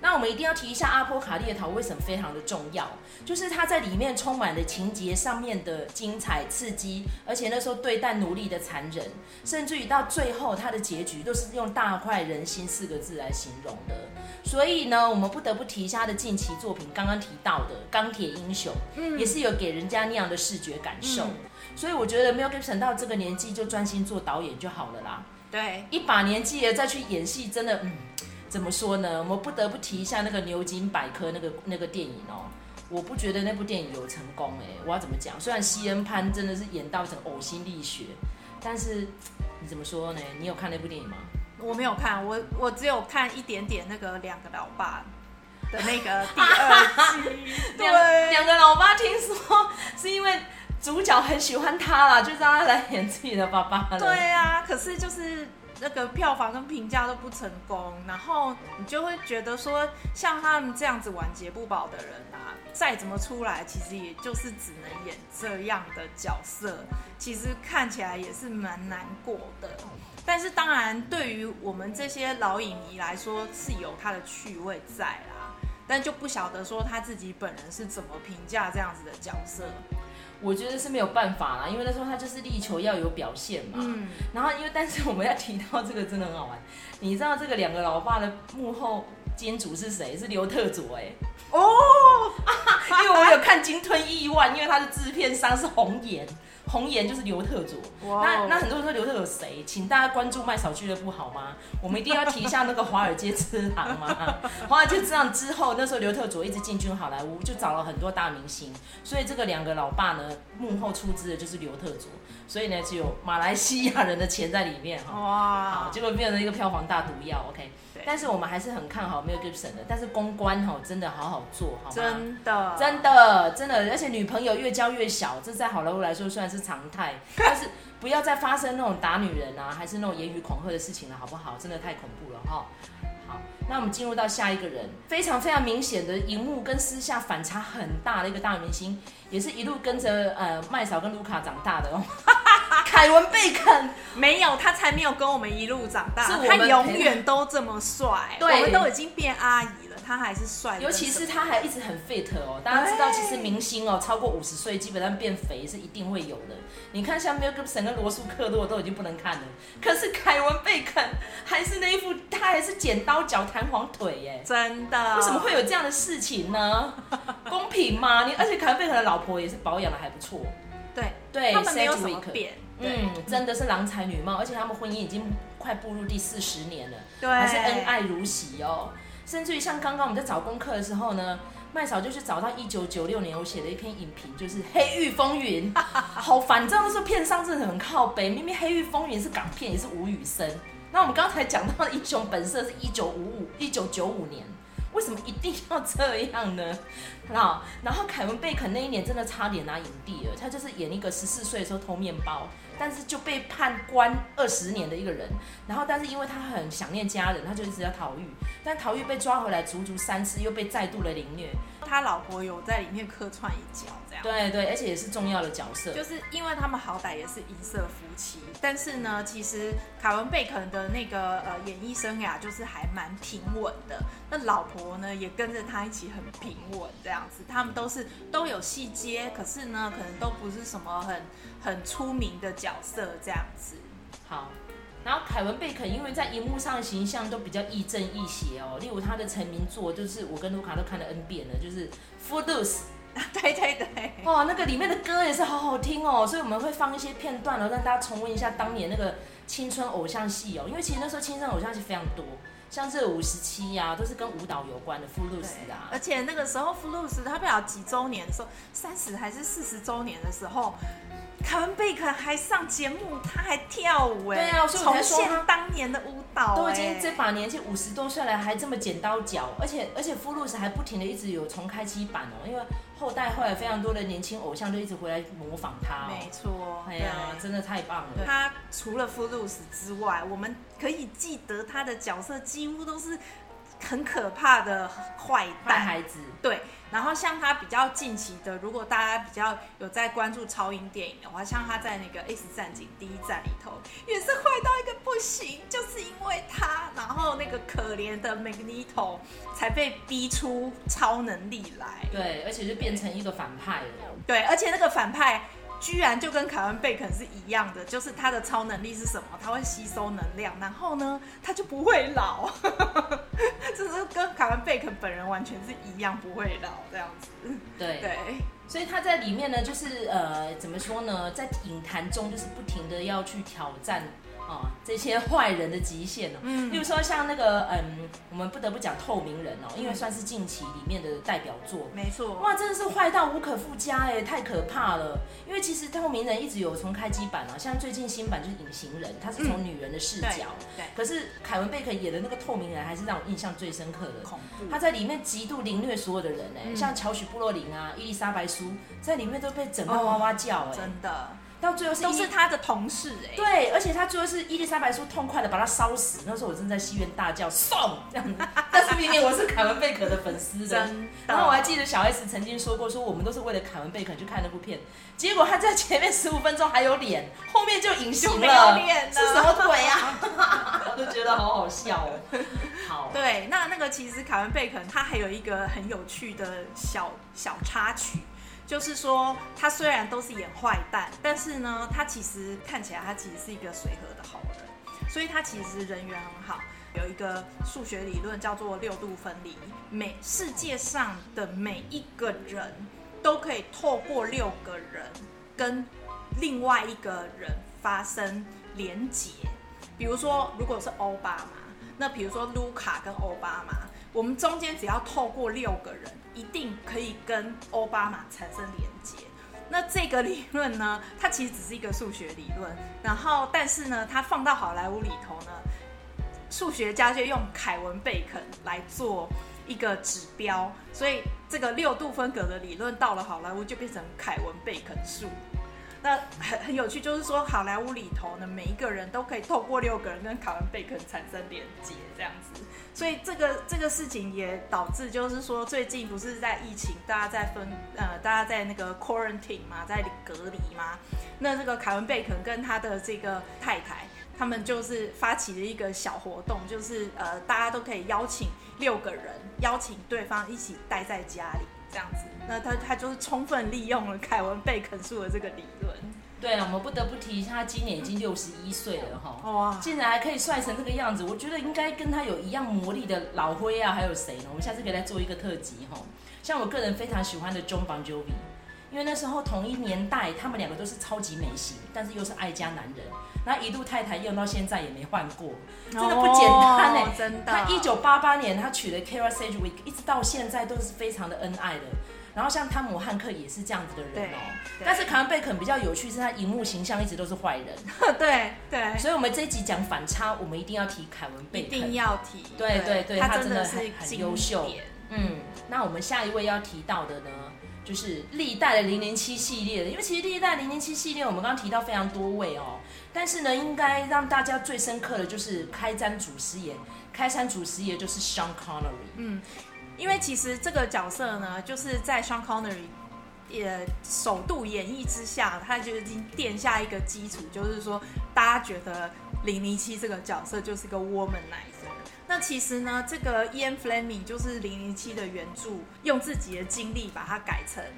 那我们一定要提一下阿波卡列桃为什么非常的重要，就是它在里面充满了情节上面的精彩刺激，而且那时候对待奴隶的残忍，甚至于到最后它的结局都是用大快人心4个字来形容的。所以呢，我们不得不提一下他的近期作品，刚刚提到的《钢铁英雄》，也是有给人家那样的视觉感受。所以我觉得 Mel Gibson 到这个年纪就专心做导演就好了啦。 对， 一把年纪了再去演戏，真的，怎么说呢？我们不得不提一下那个牛津百科那个电影哦。我不觉得那部电影有成功我要怎么讲？虽然西恩潘真的是演到成呕心沥血，但是你怎么说呢？你有看那部电影吗？ 我没有看，我只有看一点点那个两个老爸的那个第2季。对， 两个老爸听说是因为主角很喜欢他啦，就让他来演自己的爸爸了。 对啊，可是就是那个票房跟评价都不成功，然后你就会觉得说，像他们这样子晚节不保的人啊，再怎么出来，其实也就是只能演这样的角色，其实看起来也是蛮难过的。但是当然，对于我们这些老影迷来说，是有他的趣味在啦，但就不晓得说他自己本人是怎么评价这样子的角色。 我觉得是没有办法啦，因为那时候他就是力求要有表现嘛。然后但是我们要提到这个真的很好玩，你知道这个两个老爸的幕后监主是谁？是刘特佐因为我有看《鲸吞亿万》，因为他的制片商是红颜就是刘特佐。那很多人说刘特佐谁？请大家关注麦嫂俱乐部好吗？我们一定要提一下那个华尔街之狼嘛。华尔街之狼之后，那时候刘特佐一直进军好莱坞，就找了很多大明星，所以这个两个老爸呢，幕后出资的就是刘特佐，所以呢，只有马来西亚人的钱在里面好，结果变成一个票房大毒药。OK。但是我们还是很看好 Mel Gibson 的，但是公关真的好好做，好吗？真的，而且女朋友越交越小，这在好莱坞来说虽然是常态，但是不要再发生那种打女人啊，还是那种言语恐吓的事情了，好不好？真的太恐怖了好，那我们进入到下一个人，非常非常明显的荧幕跟私下反差很大的一个大明星，也是一路跟着麦嫂跟卢卡长大的凯文贝肯。 没有，他才没有跟我们一路长大，他永远都这么帅。我们都已经变阿姨了，他还是帅。 尤其是他还一直很 fit 大家知道，其实明星超过50岁，基本上变肥是一定会有的。你看，像 Mel Gibson 跟罗素克洛都已经不能看了，可是凯文贝肯还是那一副，他还是剪刀脚、弹簧腿真的。 为什么会有这样的事情呢？公平吗？而且凯文贝肯的老婆也是保养的还不错。对， 他们没有什么变。 真的是郎才女貌，而且他们婚姻已经快步入第40年了， 对， 还是恩爱如昔甚至于像刚刚我们在找功课的时候呢，麦嫂就去找到1996年我写的一篇影评，就是《黑狱风云》好烦，你知道那时候片商真的很靠北，明明《黑狱风云》是港片，也是吴宇森。那我们刚才讲到的《英雄本色》是1995年。为什么一定要这样呢？然后凯文贝肯那一年真的差点拿影帝了，他就是演一个14岁的时候偷面包，但是就被判关20年的一个人。然后但是因为他很想念家人，他就一直要逃狱，但逃狱被抓回来足足3次，又被再度的凌虐。 他老婆有在里面客串一角，这样。 对，而且也是重要的角色。 就是因为他们好歹也是银色夫妻，但是呢，其实凯文贝肯的那个演艺生涯就是还蛮平稳的。那老婆呢也跟着他一起很平稳这样子，他们都有戏接，可是呢，可能都不是什么很出名的角色这样子。 好。然后凯文贝肯因为在荧幕上的形象都比较亦正亦邪例如他的成名作就是我跟卢卡都看了 N 遍了，就是《Footloose》。 对， 那个里面的歌也是好好听所以我们会放一些片段让大家重温一下当年那个青春偶像戏因为其实那时候青春偶像戏非常多，像热舞17都是跟舞蹈有关的 Footloose 而且那个时候 Footloose 他不晓得几周年的时候，30还是40周年的时候，凯文贝肯还上节目，他还跳舞对啊，所以我才说重现当年的舞蹈都已经这把年纪50多岁了，还这么剪刀脚，而且 Footloose 还不停的一直有重开机版因为后来非常多的年轻偶像就一直回来模仿他没错， 真的太棒了。 他除了 Footloose 之外，我们可以记得他的角色几乎都是很可怕的坏蛋孩子。 对，然后像他比较近期的，如果大家比较有在关注超英电影的话，像他在那个 X 战警第一战里头也是坏到一个不行，就是因为他，然后那个可怜的 Magneto 才被逼出超能力来。 对，而且就变成一个反派了。 对，而且那个反派居然就跟凯文贝肯是一样的，就是他的超能力是什么？他会吸收能量，然后呢，他就不会老，就是跟凯文贝肯本人完全是一样，不会老这样子。 对对， 所以他在里面呢，就是怎么说呢，在影坛中就是不停的要去挑战。这些坏人的极限哦，例如说像那个我们不得不讲透明人哦，因为算是近期里面的代表作， 没错， 哇，真的是坏到无可复加哎，太可怕了。因为其实透明人一直有从开机版啊，像最近新版就是隐形人，他是从女人的视角， 对。 可是凯文贝肯演的那个透明人还是让我印象最深刻的， 恐怖。 他在里面极度凌虐所有的人哎，像乔许布洛林啊、伊丽莎白苏，在里面都被整到哇哇叫哎， 真的。 到最后都是他的同事哎， 对，而且他最后是伊丽莎白苏痛快的把他烧死。那时候我正在戏院大叫送这样子，但是明明我是凯文贝肯的粉丝的， 真的。 然后我还记得小 S 曾经说过，说我们都是为了凯文贝肯去看那部片，结果他在前面15分钟还有脸，后面就隐形了， 没有脸了， 是什么鬼啊？我就觉得好好笑哦。好， 对，那个其实凯文贝肯他还有一个很有趣的小插曲。就是说，他虽然都是演坏蛋，但是呢，他其实看起来他其实是一个随和的好人，所以他其实人缘很好。有一个数学理论叫做6度分离，世界上的每一个人都可以透过6个人跟另外一个人发生连结。比如说，如果是奥巴马，那比如说卢卡跟奥巴马，我们中间只要透过6个人，一定可以跟奥巴马产生连结。那这个理论呢，它其实只是一个数学理论，然后但是呢，它放到好莱坞里头呢，数学家就用凯文贝肯来做一个指标，所以这个6度分隔的理论到了好莱坞就变成凯文贝肯数。那很有趣，就是说好莱坞里头呢，每一个人都可以透过6个人跟凯文贝肯产生连结，这样子。所以这个事情也导致，就是说最近不是在疫情，大家在那个 quarantine 嘛，在隔离嘛。那这个凯文贝肯跟他的这个太太，他们就是发起了一个小活动，就是大家都可以邀请6个人，邀请对方一起待在家里。这样子，那他就是充分利用了凯文贝肯数的这个理论。 对啊，我们不得不提一下，他今年已经61岁了哈， 哇， 竟然还可以帅成这个样子，我觉得应该跟他有一样魔力的老灰啊，还有谁呢？我们下次可以来做一个特辑哈。像我个人非常喜欢的 Jon Bon Jovi， 因为那时候同一年代，他们2个都是超级美型，但是又是爱家男人。那一路太太用到现在也没换过，真的不简单哎、 真的。 他1988年他娶了 Kara Sedgwick， 一直到现在都是非常的恩爱的。然后像汤姆汉克也是这样子的人哦，但是凯文贝肯比较有趣，是他荧幕形象一直都是坏人。 对对， 所以我们这一集讲反差，我们一定要提凯文贝肯， 一定要提。 对对对，他真的很优秀。那我们下一位要提到的呢，就是历代的007系列的，因为其实历代007系列我们刚刚提到非常多位哦，但是呢，应该让大家最深刻的就是开山祖师爷，就是 Sean Connery。 因为其实这个角色呢，就是在 Sean Connery 首度演绎之下，他就已经奠下一个基础，就是说大家觉得007这个角色就是个 womanizer。那其实呢，这个 Ian Fleming 就是007的原著，用自己的经历把它改成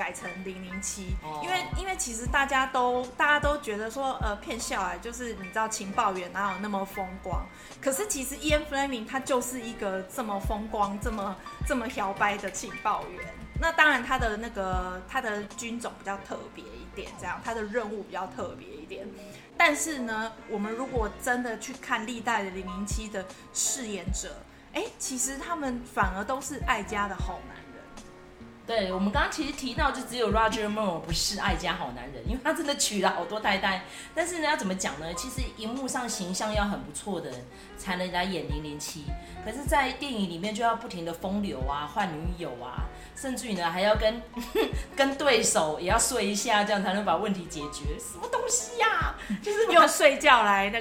007，因为其实大家都觉得说骗笑啊，就是你知道情报员哪有那么风光？可是其实 Ian Fleming 他就是一个这么风光、这么摇摆的情报员。那当然他的军种比较特别一点，这样他的任务比较特别一点。但是呢，我们如果真的去看历代的007的饰演者，其实他们反而都是爱家的好男人。 对，我们刚刚其实提到，就只有 Roger Moore 不是爱家好男人，因为他真的娶了好多太太。但是呢，要怎么讲呢？其实荧幕上形象要很不错的人才能来演007，可是，在电影里面就要不停的风流啊、换女友啊，甚至于呢还要跟对手也要睡一下，这样才能把问题解决。什么东西呀、就是用睡觉来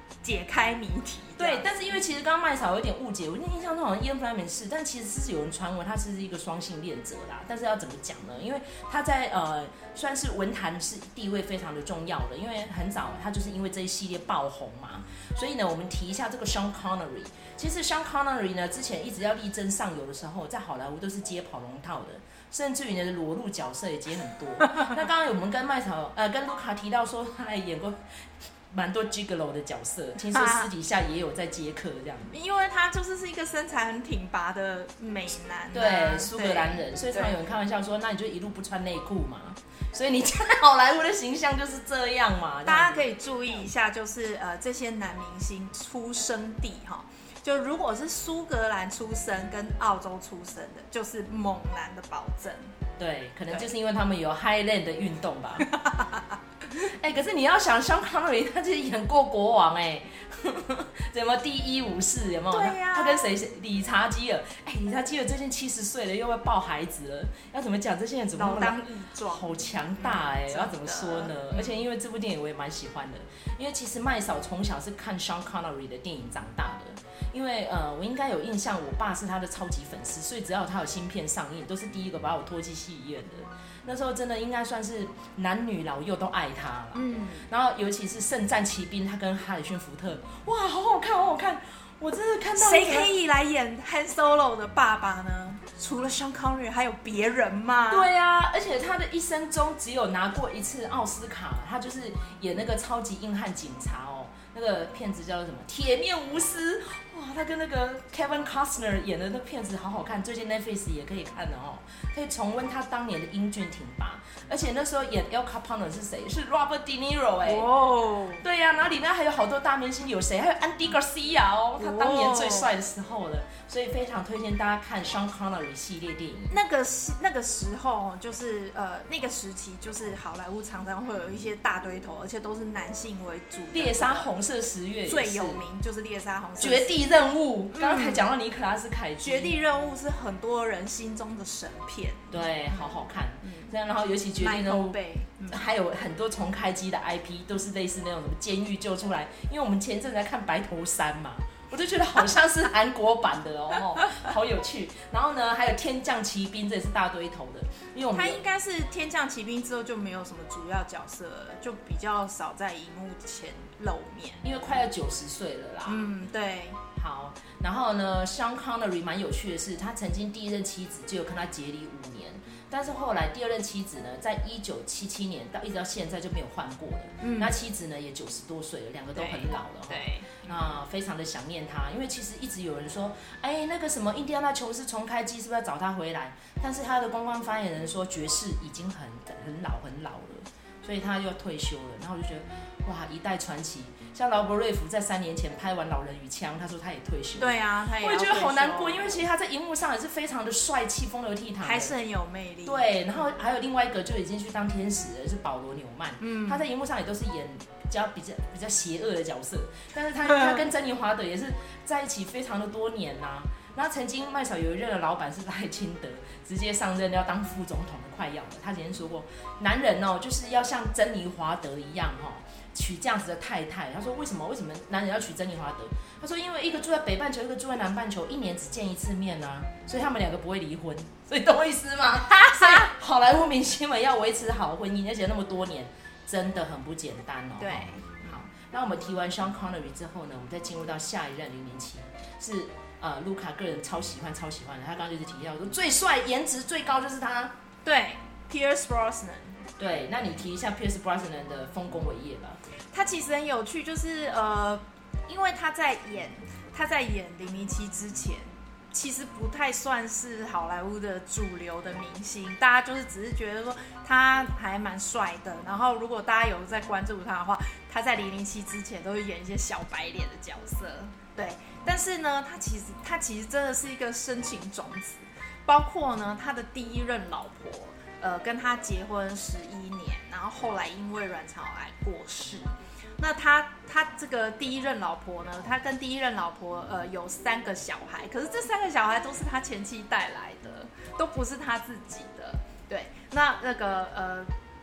解开谜题。 对，但是因为其实刚刚麦嫂有点误解，我印象中好像 Ian Fleming 是，但其实是有人传闻他是一个双性恋者啦。但是要怎么讲呢？因为他在算是文坛是地位非常的重要的，因为很早他就是因为这一系列爆红嘛。所以呢，我们提一下这个 Sean Connery。其实 Sean Connery 呢，之前一直要力争上游的时候，在好莱坞都是接跑龙套的。甚至于呢，裸露角色也接很多。那刚刚我们跟麦嫂跟卢卡提到说，他还演过蛮多 gigolo 的角色，听说私底下也有在接客这样。 因为他就是一个身材很挺拔的美男、 对，苏格兰人，所以常常有人开玩笑说，那你就一路不穿内裤嘛。所以你在好莱坞的形象就是这样嘛。 大家可以注意一下，就是这些男明星出生地哈。就如果是苏格兰出生跟澳洲出生的，就是猛男的保证。 对，可能就是因为他们有 Highland 的运动吧。可是你要想，Sean Connery 他其实演过国王怎么第一武士有没有？ 对呀、 他跟谁？理查基尔。理查基尔最近70岁了，又要抱孩子了，要怎么讲？这些人怎么老当益壮， 好强大要怎么说呢？而且因为这部电影我也蛮喜欢的，因为其实麦嫂从小是看 Sean Connery 的电影长大的。因为我应该有印象，我爸是他的超级粉丝，所以只要他有新片上映，都是第一个把我拖进戏院的。那时候真的应该算是男女老幼都爱他了。然后尤其是《圣战骑兵》，他跟哈里逊福特，哇，好好看，好好看！我真的看到谁可以来演 Han Solo 的爸爸呢？除了 Sean Connery 还有别人吗？ 对啊，而且他的一生中只有拿过一次奥斯卡，他就是演那个超级硬汉警察那个片子叫做什么？铁面无私。哇，他跟那个 Kevin Costner 演的那片子好好看，最近 Netflix 也可以看的可以重温他当年的英俊挺拔。而且那时候演 El Capone 是谁？是 Robert De Niro 对呀，然后里面还有好多大明星，有谁？还有 Andy Garcia 他当年最帅的时候了。所以非常推荐大家看 Sean Connery 系列电影。 那个时候就是那个时期，就是好莱坞常常会有一些大堆头，而且都是男性为主。 猎杀红色十月最有名就是猎杀红色。 绝地任务，刚刚才讲到尼可拉斯凯奇。 绝地任务是很多人心中的神片， 对，好好看。然后尤其绝地任务，还有很多重开机的 IP 都是类似那种什么监狱救出来。因为我们前一阵在看白头山嘛。我就觉得好像是韩国版的好有趣。然后呢，还有天降奇兵，这也是大堆头的。因为我们他应该是天降奇兵之后就没有什么主要角色了，就比较少在荧幕前露面， 因为快要90岁了啦。 对。 好，然后呢 ，Sean Connery 蛮有趣的是，他曾经第一任妻子就有跟他结离5年。但是后来第二任妻子呢，在1977年一直到现在就没有换过了。那妻子呢也90多岁了，两个都很老了。 对， 那非常的想念他，因为其实一直有人说，那个什么印第安纳琼斯重开机是不是要找他回来？但是他的公关发言人说，爵士已经很老了，所以他又要退休了。然后我就觉得，哇，一代传奇。像劳勃瑞福在3年前拍完《老人与枪》，他说他也退休了。 对啊，他也要退休。 我也觉得好难过，因为其实他在荧幕上也是非常的帅气、风流倜傥， 还是很有魅力。 对，然后还有另外一个就已经去当天使了，是保罗·纽曼。他在荧幕上也都是演比较邪恶的角色，但是他跟珍妮·华德也是在一起非常的多年呐。然后曾经麦嫂有一任的老板是赖清德，直接上任要当副总统的快要了。他曾经说过，男人就是要像珍妮·华德一样娶这样子的太太。他说为什么男人要娶珍妮·华德？他说因为一个住在北半球，一个住在南半球，1年只见1次面啊，所以他们2个不会离婚。所以懂我意思吗？所以好莱坞明星们要维持好婚姻，而且那么多年，真的很不简单对， 好，那我们提完 Sean Connery 之后呢，我们再进入到下一任007，是卢卡个人超喜欢的。他刚刚就是提到说最帅、颜值最高就是他。 对 ，Pierce Brosnan。 对，那你提一下 Pierce Brosnan 的丰功伟业吧。 他其实很有趣，就是因为他在演007之前，其实不太算是好莱坞的主流的明星，大家就是只是觉得说他还蛮帅的。然后如果大家有在关注他的话，他在007之前都会演一些小白脸的角色。对，但是呢，他其实真的是一个深情种子，包括呢他的第一任老婆，跟他结婚11年，然后后来因为卵巢癌过世。那他这个第一任老婆呢，他跟第一任老婆有3个小孩，可是这3个小孩都是他前妻带来的，都不是他自己的。对，那个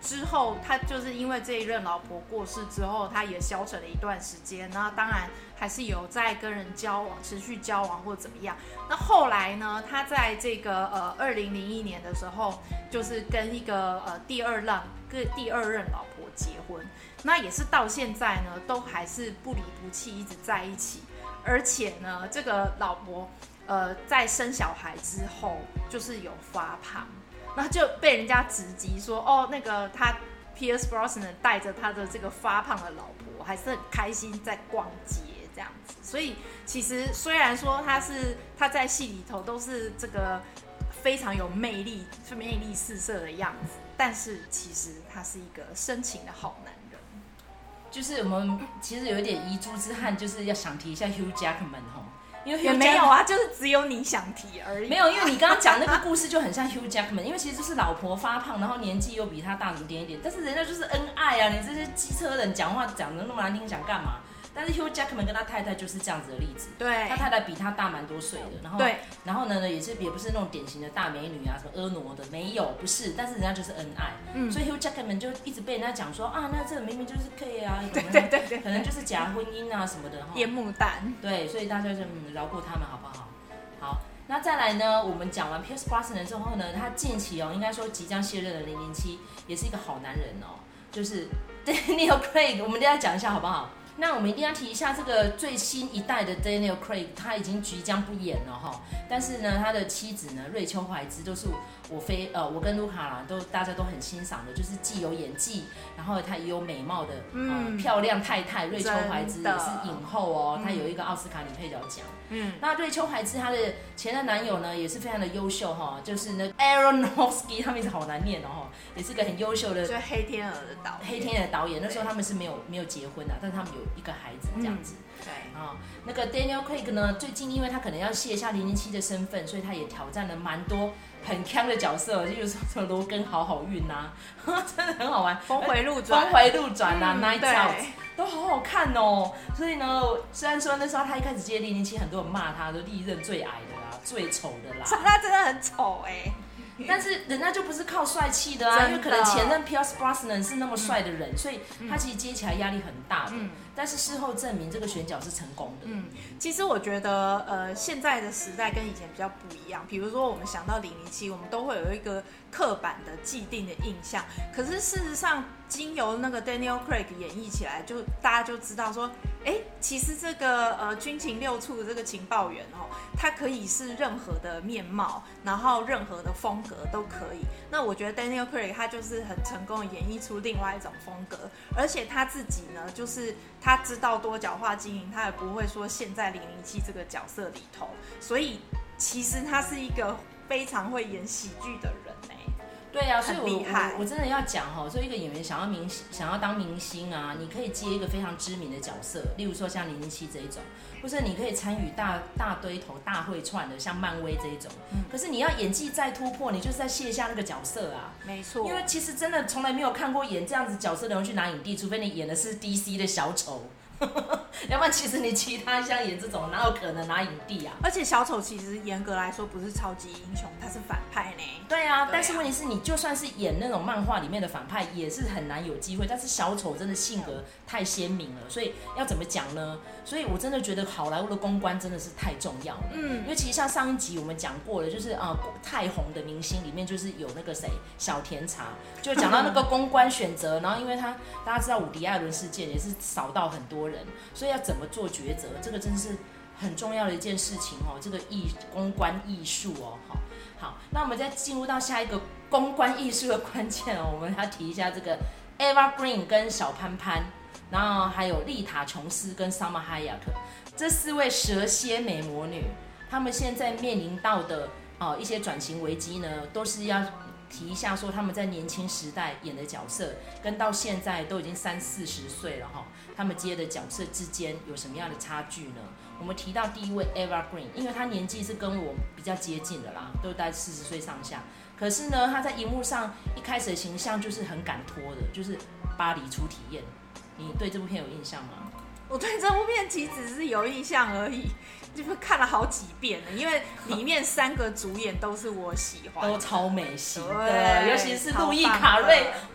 之后他就是因为这一任老婆过世之后，他也消沉了一段时间，然后当然还是有在跟人交往，持续交往或怎么样。那后来呢，他在这个2001年的时候，就是跟一个第二任老婆结婚，那也是到现在呢都还是不离不弃，一直在一起。而且呢，这个老婆在生小孩之后就是有发胖。然后就被人家直击说，哦，那个他 Pierce Brosnan 带着他的这个发胖的老婆，还是很开心在逛街这样子。所以其实虽然说他在戏里头都是这个非常有魅力四射的样子，但是其实他是一个深情的好男人。 就是我们其实有一点遗珠之憾，就是要想提一下 Hugh Jackman 吼。因为也没有啊，就是只有你想提而已。 没有，因为你刚刚讲那个故事就很像 Hugh Jackman， 因为其实就是老婆发胖，然后年纪又比他大一点点，但是人家就是恩爱啊！你这些机车人讲话讲得那么难听，想干嘛？但是 Hugh Jackman 跟他太太就是这样子的例子， 对， 他太太比他大蛮多岁的，然后呢也不是那种典型的大美女啊，什么婀娜的没有，不是，但是人家就是恩爱，所以 Hugh Jackman 就一直被人家讲说啊，那这个明明就是 gay 啊，对，可能就是假婚姻啊什么的， 烟幕弹， 对，所以大家就饶过他们好不好？好，那再来呢，我们讲完 Pierce Brosnan 之后呢，他近期应该说即将卸任的007也是一个好男人哦，就是 Daniel Craig， 我们等一下讲一下好不好？那我们一定要提一下这个最新一代的 Daniel Craig， 他已经即将不演了哈。但是呢，他的妻子呢，瑞秋怀兹都是我跟卢卡啦大家都很欣赏的，就是既有演技，然后他也有美貌的漂亮太太瑞秋怀兹也是影后哦，她有一个奥斯卡女配角奖。那瑞秋怀兹她的前任男友呢也是非常的优秀哈，就是那 Aronofsky， 他名字好难念哦，也是个很优秀的， 就是黑天鹅的导演。 黑天鹅导演那时候他们是没有结婚的，但是他们有一个孩子这样子。 对啊，那个 Daniel Craig 呢，最近因为他可能要卸下007的身份，所以他也挑战了蛮多很强的角色，就有什么罗根好运呐，真的很好玩， 峰回路转呐，Nights Out 都好好看哦。所以呢，虽然说那时候他一开始接007，很多人骂他，都历任最矮的啦，最丑的啦， 他真的很丑哎。 但是人家就不是靠帅气的啊，因为可能前任 Pierce Brosnan 是那么帅的人，所以他其实接起来压力很大的。但是事后证明这个选角是成功的。 其实我觉得现在的时代跟以前比较不一样。比如说我们想到007，我们都会有一个刻板的既定的印象。可是事实上，经由那个 Daniel Craig 演绎起来，就大家就知道说，其实这个军情六处的这个情报员哦，他可以是任何的面貌，然后任何的风格都可以。那我觉得 Daniel Craig 他就是很成功的演绎出另外一种风格，而且他自己呢，就是他知道多角化经营，他也不会说陷在007这个角色里头，所以其实他是一个非常会演喜剧的人对啊，所以我真的要讲哈，所以一个演员想要当明星啊，你可以接一个非常知名的角色，例如说像007这一种，或者你可以参与大堆头大会串的，像漫威这一种。可是你要演技再突破，你就是在卸下那个角色啊。 没错， 因为其实真的从来没有看过演这样子角色的人去拿影帝，除非你演的是 DC 的小丑。要不然其实你其他像演这种哪有可能拿影帝啊？ 而且小丑其实严格来说不是超级英雄，他是反派呢。 对啊，但是问题是你就算是演那种漫画里面的反派，也是很难有机会。但是小丑真的性格太鲜明了，所以要怎么讲呢？所以我真的觉得好莱坞的公关真的是太重要了。因为其实像上一集我们讲过了，就是太红的明星里面就是有那个谁小甜茶，就讲到那个公关选择，然后因为大家知道伍迪·艾伦事件也是扫到很多人，所以要怎么做抉择，这个真是很重要的一件事情哦。这个公关艺术哦，好，那我们再进入到下一个公关艺术的关键哦，我们要提一下这个 Eva Green 跟小潘潘，然后还有丽塔·琼斯跟 Salma Hayek 这4位蛇蝎美魔女，她们现在面临到的一些转型危机呢，都是要提一下说他们在年轻时代演的角色，跟到现在都已经30-40岁了哈，他们接的角色之间有什么样的差距呢？我们提到第一位 Eva Green， 因为她年纪是跟我比较接近的啦，都大概40岁上下。可是呢，她在荧幕上一开始的形象就是很敢脱的，就是巴黎初体验。你对这部片有印象吗？ 我对这部片其实只是有印象而已，就是看了好几遍了，因为里面3个主演都是我喜欢的， 都超美型的，尤其是路易卡瑞，哇，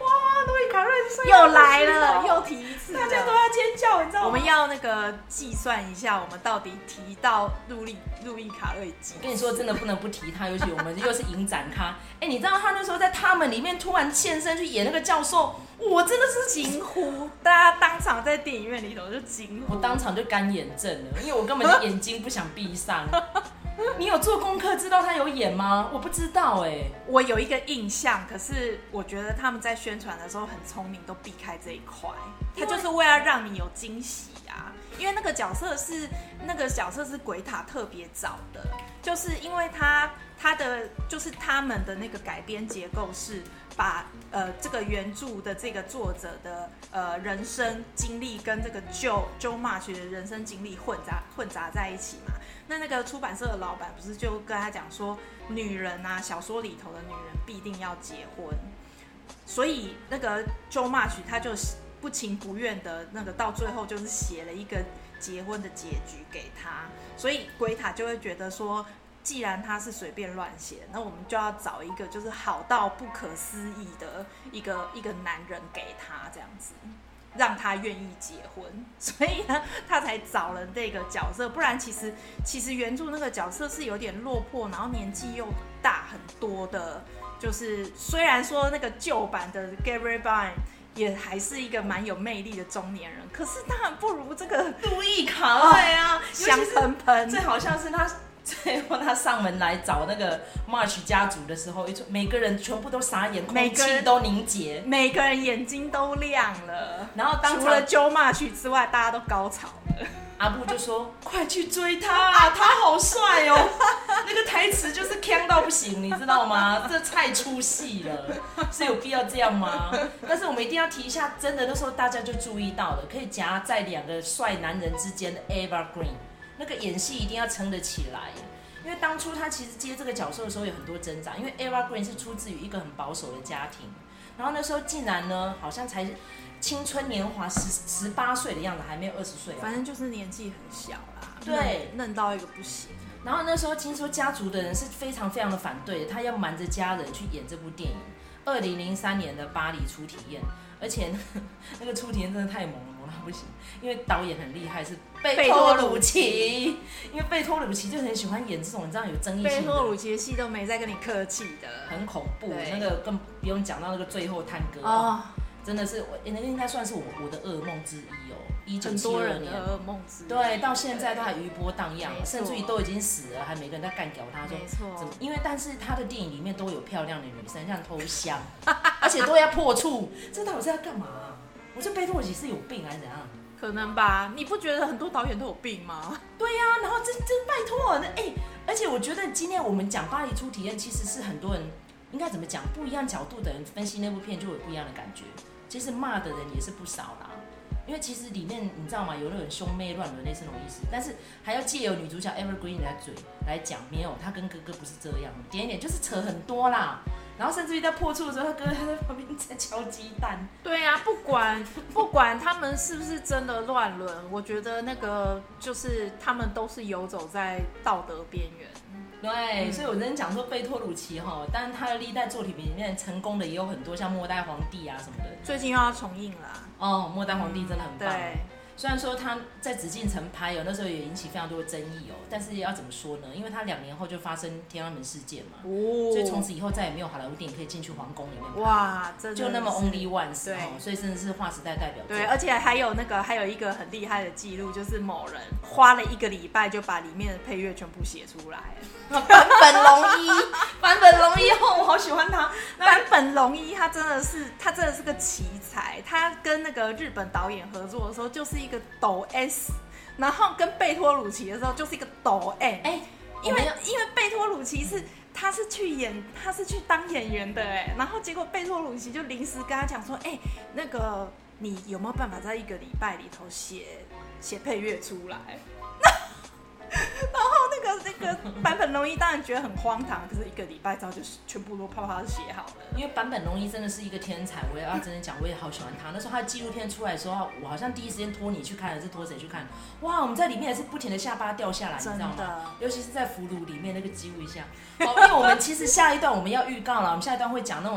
路易卡瑞又来了，又提一次了， 大家都要尖叫，你知道吗？ 我们要那个计算一下，我们到底提到路易卡瑞几？ 我跟你说，真的不能不提他，尤其我们又是影展咖。哎，你知道他那时候在他们里面突然现身去演那个教授，我真的是惊呼，大家当场在电影院里头就惊呼， 我当场就干眼症了，因为我根本就眼睛不想闭上。你有做功课知道他有演吗？我不知道哎， 我有一个印象，可是我觉得他们在宣传的时候很聪明，都避开这一块，他就是为了让你有惊喜啊。因为那个角色是鬼塔特别找的，就是因为他的就是他们的那个改编结构是把这个原著的这个作者的人生经历跟这个 Joe March 的人生经历混杂在一起嘛。那个出版社的老板不是就跟他讲说，女人啊，小说里头的女人必定要结婚，所以那个 Joe March 他就不情不愿的那个到最后就是写了一个结婚的结局给他，所以鬼塔就会觉得说，既然他是随便乱写，那我们就要找一个就是好到不可思议的一个男人给他，这样子让他愿意结婚，所以呢，他才找了这个角色。不然其实原著那个角色是有点落魄，然后年纪又大很多的，就是虽然说那个旧版的 Gary Byrne 也还是一个蛮有魅力的中年人，可是当然不如这个路易卡瑞啊， 香喷喷。 最好像是他最后他上门来找那个 March 家族的时候，每个人全部都傻眼，空气都凝结， 每个人眼睛都亮了。 然后除了 Joe March 之外，大家都高潮了。 阿布就说：“快去追他啊，他好帅哦！”那个台词就是呛到不行，你知道吗？这太出戏了，是有必要这样吗？但是我们一定要提一下，真的那时候大家就注意到了，可以夹在两个帅男人之间的 Evergreen， 那个演戏一定要撑得起来。因为当初他其实接这个角色的时候有很多挣扎，因为 Evergreen 是出自于一个很保守的家庭，然后那时候竟然呢，好像才青春年华18岁的样子，还没有20岁， 反正就是年纪很小啦， 对， 嫩到一个不行。 然后那时候听说家族的人是非常非常的反对的，他要瞒着家人去演这部电影。2003年的巴黎初体验，而且那个初体验真的太猛了不行，因为导演很厉害，是贝托鲁奇，因为贝托鲁奇就很喜欢演这种你知道有争议性的， 贝托鲁奇的戏都没在跟你客气的， 很恐怖，那个更不用讲到那个最后探戈哦， 真的是那个应该算是我的噩梦之一哦。 很多人的噩梦之一， 对，到现在都还余波荡漾，甚至于都已经死了，还每个人在干掉他，说怎么？因为但是他的电影里面都有漂亮的女生，像偷香，而且都要破处，这到底是要干嘛啊？我这贝托鲁奇是有病还是怎样？ 可能吧？你不觉得很多导演都有病吗？ 对呀、然后这拜托，而且我觉得今天我们讲巴黎初体验，其实是很多人应该怎么讲，不一样角度的人分析那部片就有不一样的感觉。其实骂的人也是不少啦。因为其实里面你知道吗？有那种兄妹乱伦类似那种意思，但是还要借由女主角 Evergreen 的嘴来讲，没有，她跟哥哥不是这样，点一点就是扯很多啦。然后甚至于在破处的时候，他哥还在旁边在敲鸡蛋。 对啊，不管他们是不是真的乱伦，我觉得那个就是他们都是游走在道德边缘。 对，所以我真讲说贝托鲁奇哈，但是他的历代作品里面成功的也有很多，像《末代皇帝》啊什么的。最近又要重映啦。 哦，《末代皇帝》真的很棒。 对。 虽然说他在紫禁城拍那时候也引起非常多的争议但是要怎么说呢？因为他2年后就发生天安门事件嘛，所以从此以后再也没有好莱坞电影可以进去皇宫里面拍。 哇，真的就那么 only once 所以真的是划时代代表作。 对，而且还有一个很厉害的记录，就是某人花了1个礼拜就把里面的配乐全部写出来。 坂本龙一，我好喜欢他。 坂本龙一他真的是个奇才，他跟那个日本导演合作的时候就是一个抖 S， 然后跟贝托鲁奇的时候就是一个抖 N。因为贝托鲁奇他是去当演员的然后结果贝托鲁奇就临时跟他讲说，那个你有没有办法在1个礼拜里头写配乐出来？然后那个坂本龙一当然觉得很荒唐，可是1个礼拜之后就全部都啪啪写好了。 因为坂本龙一真的是一个天才，我也要真的讲，我也好喜欢他。那时候他的纪录片出来的时候，我好像第一时间拖你去看，还是拖谁去看？哇，我们在里面还是不停的下巴掉下来，你知道吗？尤其是在俘虏里面那个揪一下。因为我们其实下一段我们要预告了，我们下一段会讲那种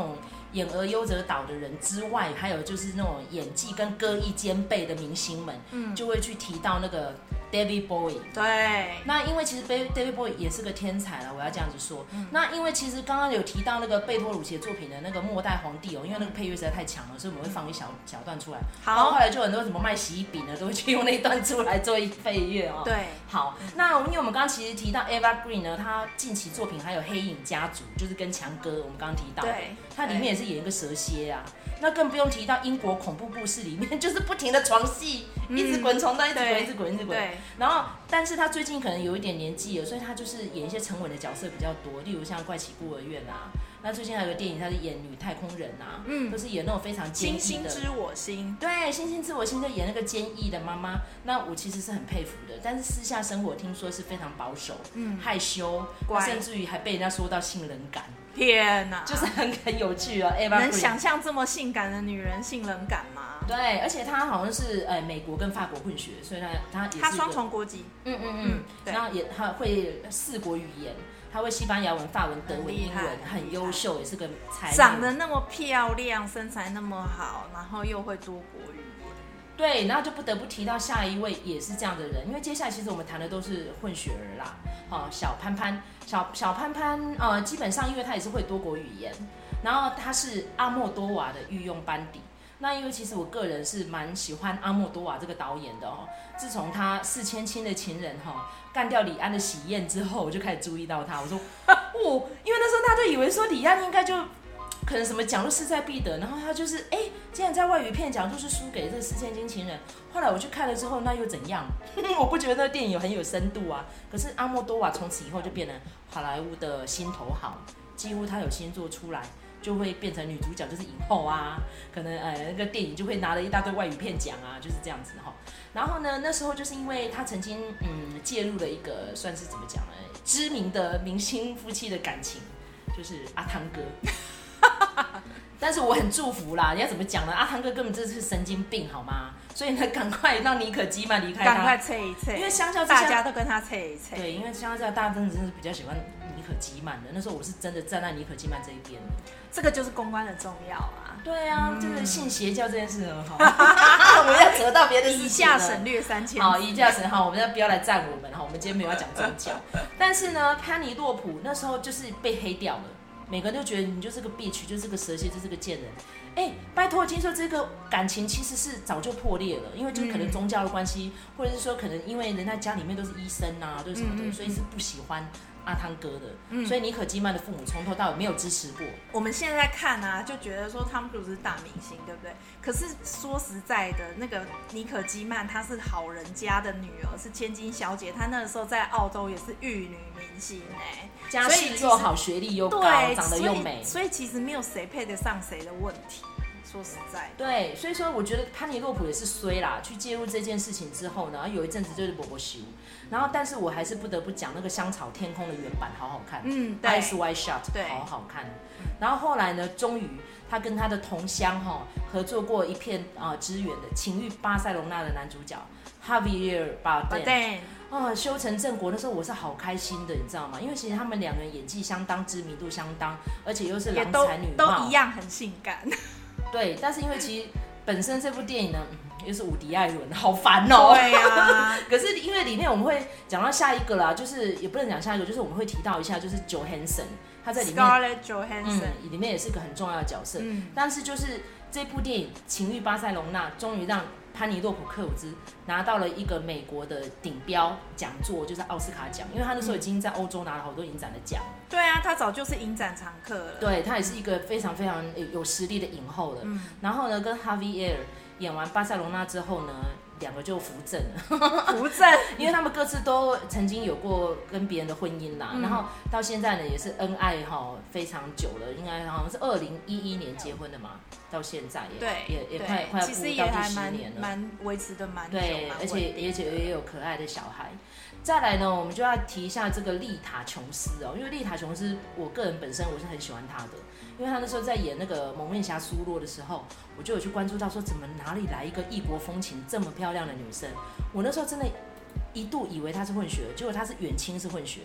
演而优则导的人之外，还有就是那种演技跟歌艺兼备的明星们，就会去提到那个 David Bowie。 对， 那因为其实 David Bowie 也是个天才了，我要这样子说。那因为其实刚刚有提到那个贝托鲁奇的作品的那个《末代皇帝》因为那个配乐实在太强了，所以我们会放一小段出来。 好， 后来就很多什么卖洗衣饼的都会去用那一段出来做配乐哦。 对， 好，那因为我们刚刚其实提到 Eva Green 呢，她近期作品还有《黑影家族》，就是跟强哥我们刚刚提到的，她里面也是演一个蛇蝎啊。那更不用提到英国恐怖故事里面就是不停的床戏，一直滚床单，一直滚。然后，但是他最近可能有一点年纪了，所以他就是演一些沉稳的角色比较多，例如像《怪奇孤儿院》啊。那最近还有个电影，他是演女太空人啊，都是演那种非常坚毅的。 星星知我心。 对，星星知我心在演那个坚毅的妈妈。那我其实是很佩服的，但是私下生活听说是非常保守，害羞，甚至于还被人家说到性冷感。 天哪， 就是很有趣哦。 能想象这么性感的女人性冷感吗？ 对，而且她好像是美国跟法国混血，所以她也是她双重国籍。 然后她会4国语言，她会西班牙文、法文、德文、英文，很优秀，也是个才。 长得那么漂亮，身材那么好，然后又会多国语言。 对，然后就不得不提到下一位也是这样的人，因为接下来其实我们谈的都是混血儿啦。小潘潘，小潘潘，基本上因为他也是会多国语言，然后他是阿莫多瓦的御用班底。那因为其实我个人是蛮喜欢阿莫多瓦这个导演的哦。自从他《4000亲的情人》干掉李安的喜宴之后，我就开始注意到他。我说，因为那时候他就以为说李安应该就可能什么奖都势在必得，然后他就是竟然在外语片奖就是输给这个《4000亲情人》。后来我去看了之后，那又怎样？我不觉得那个电影很有深度啊。可是阿莫多瓦从此以后就变成好莱坞的心头好，几乎他有新作出来就会变成女主角就是影后啊，可能那个电影就会拿了一大堆外语片奖啊，就是这样子哈。然后呢，那时候就是因为他曾经介入了一个算是怎么讲呢，知名的明星夫妻的感情，就是阿汤哥。但是我很祝福啦，你要怎么讲呢？阿汤哥根本就是神经病，好吗？所以呢，赶快让妮可基曼离开他， 赶快催一催， 因为相较之下大家都跟他催一催。 对，因为相较之下，大家真的是比较喜欢妮可基曼的。那时候我是真的站在妮可基曼这一边的。 这个就是公关的重要啊。 对啊，这个信邪教这件事很好。我们要扯到别的事情了。 以下省略3000。 好，以下省好，我们不要来赞我们哈。我们今天没有要讲宗教，但是呢，潘尼洛普那时候就是被黑掉了。每个人都觉得你就是个 bitch， 就是个蛇蝎，就是个贱人。拜托，听说这个感情其实是早就破裂了，因为就是可能宗教的关系，或者是说可能因为人家家里面都是医生啊，都是什么的，所以是不喜欢阿汤哥的。所以妮可基曼的父母从头到尾没有支持过。 我们现在看啊，就觉得说汤姆克鲁斯是大明星，对不对？可是说实在的，那个妮可基曼她是好人家的女儿，是千金小姐，她那个时候在澳洲也是玉女明星家世又好，学历又高，长得又美， 所以其实没有谁配得上谁的问题。说实在， 对，所以说我觉得潘尼洛普也是衰啦，去介入这件事情之后呢，有一阵子就是波波修，然后但是我还是不得不讲那个香草天空的原版好好看，Eyes Wide Shut 好好看。然后后来呢，终于他跟他的同乡合作过一片支援的《情欲巴塞隆纳》的男主角 Javier Bardem。修成正果，那时候我是好开心的，你知道吗？因为其实他们两个人演技相当，知名度相当，而且又是郎才女貌， 都一样很性感。 对，但是因为其实本身这部电影呢，又是伍迪·艾伦，好烦哦。 对啊。 可是因为里面我们会讲到下一个啦，就是也不能讲下一个，就是我们会提到一下，就是 Johansson， 他在里面 Scarlett Johansson，里面也是个很重要的角色。但是就是这部电影《情欲巴塞隆纳》终于让潘尼洛普克鲁兹拿到了一个美国的顶标讲座，就是奥斯卡奖，因为他那时候已经在欧洲拿了好多影展的奖。 对啊，他早就是影展常客了。 对，他也是一个非常非常有实力的影后了。然后呢，跟哈维·艾尔演完巴塞隆纳之后呢，两个就扶正了。 扶正， 因为他们各自都曾经有过跟别人的婚姻啦，然后到现在呢也是恩爱非常久了，应该好像是2011年结婚的嘛，到现在也快要步入到第10年了， 蛮维持的蛮久， 对，而且也有可爱的小孩。再来呢，我们就要提一下这个丽塔·琼斯因为丽塔·琼斯，我个人本身我是很喜欢她的，因为她那时候在演那个《蒙面侠苏洛》的时候，我就有去关注到说，怎么哪里来一个异国风情这么漂亮的女生？我那时候真的一度以为她是混血，结果她是远亲是混血，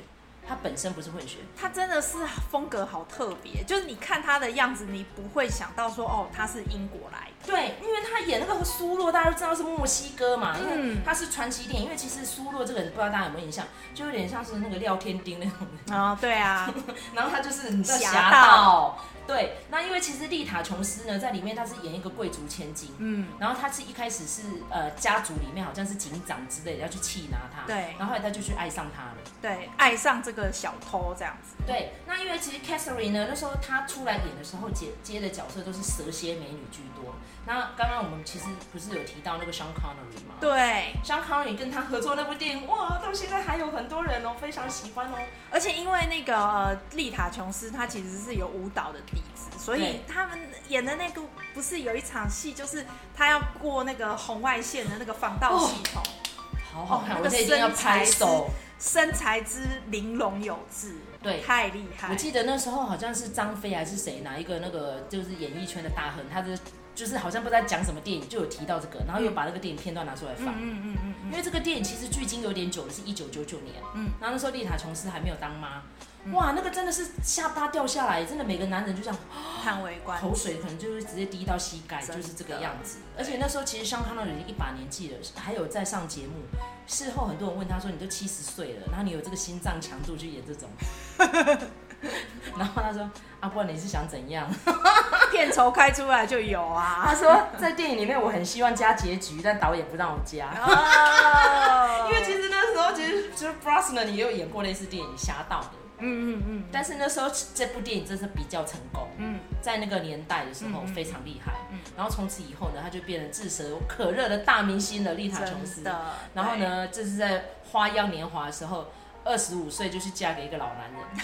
她本身不是混血。 她真的是风格好特别，就是你看她的样子，你不会想到说哦，她是英国来的。 对，因为她演那个苏洛，大家都知道是墨西哥嘛，因为她是传奇电影。因为其实苏洛这个人不知道大家有没有印象，就有点像是那个廖天丁那种。 哦，对啊。 然后他就是你知道侠盗。对，那因为其实丽塔琼斯呢，在里面她是演一个贵族千金，然后她是一开始是家族里面好像是警长之类的要去气拿她， 对， 然后后来她就去爱上他了， 对，爱上这个小偷这样子。 对，那因为其实 Catherine 呢，那时候她出来演的时候接的角色都是蛇蝎美女居多。那刚刚我们其实不是有提到那个 Sean Connery 吗？ 对 ，Sean Connery 跟他合作那部电影，哇，到现在还有很多人哦，非常喜欢哦。 而且因为那个丽塔琼斯她其实是有舞蹈的底子，所以他们演的那个不是有一场戏，就是她要过那个红外线的那个防盗系统， 好好看， 那个我一定要拍手。 身材之玲珑有致， 对， 太厉害。 我记得那时候好像是张飞还是谁，哪一个那个就是演艺圈的大亨，他的就是好像不知道讲什么电影，就有提到这个，然后又把那个电影片段拿出来放。因为这个电影其实距今有点久了，是1999年。然后那时候丽塔琼斯还没有当妈。哇，那个真的是下巴掉下来，真的每个男人就这样叹为观止， 口水可能就会直接滴到膝盖，就是这个样子。而且那时候其实香康纳已经一把年纪了，还有在上节目。事后很多人问他说：“你都70岁了，然后你有这个心脏强度去演这种？”然后他说：“啊，不然你是想怎样？” 片酬开出来就有啊。 他说在电影里面我很希望加结局，但导演不让我加。因为其实那时候其实就是 Brosnan 也有演过类似电影《侠盗》的。但是那时候这部电影真是比较成功。在那个年代的时候非常厉害。然后从此以后呢，他就变成炙手可热的大明星了，丽塔琼斯。然后呢，这是在花样年华的时候，25岁就去嫁给一个老男人。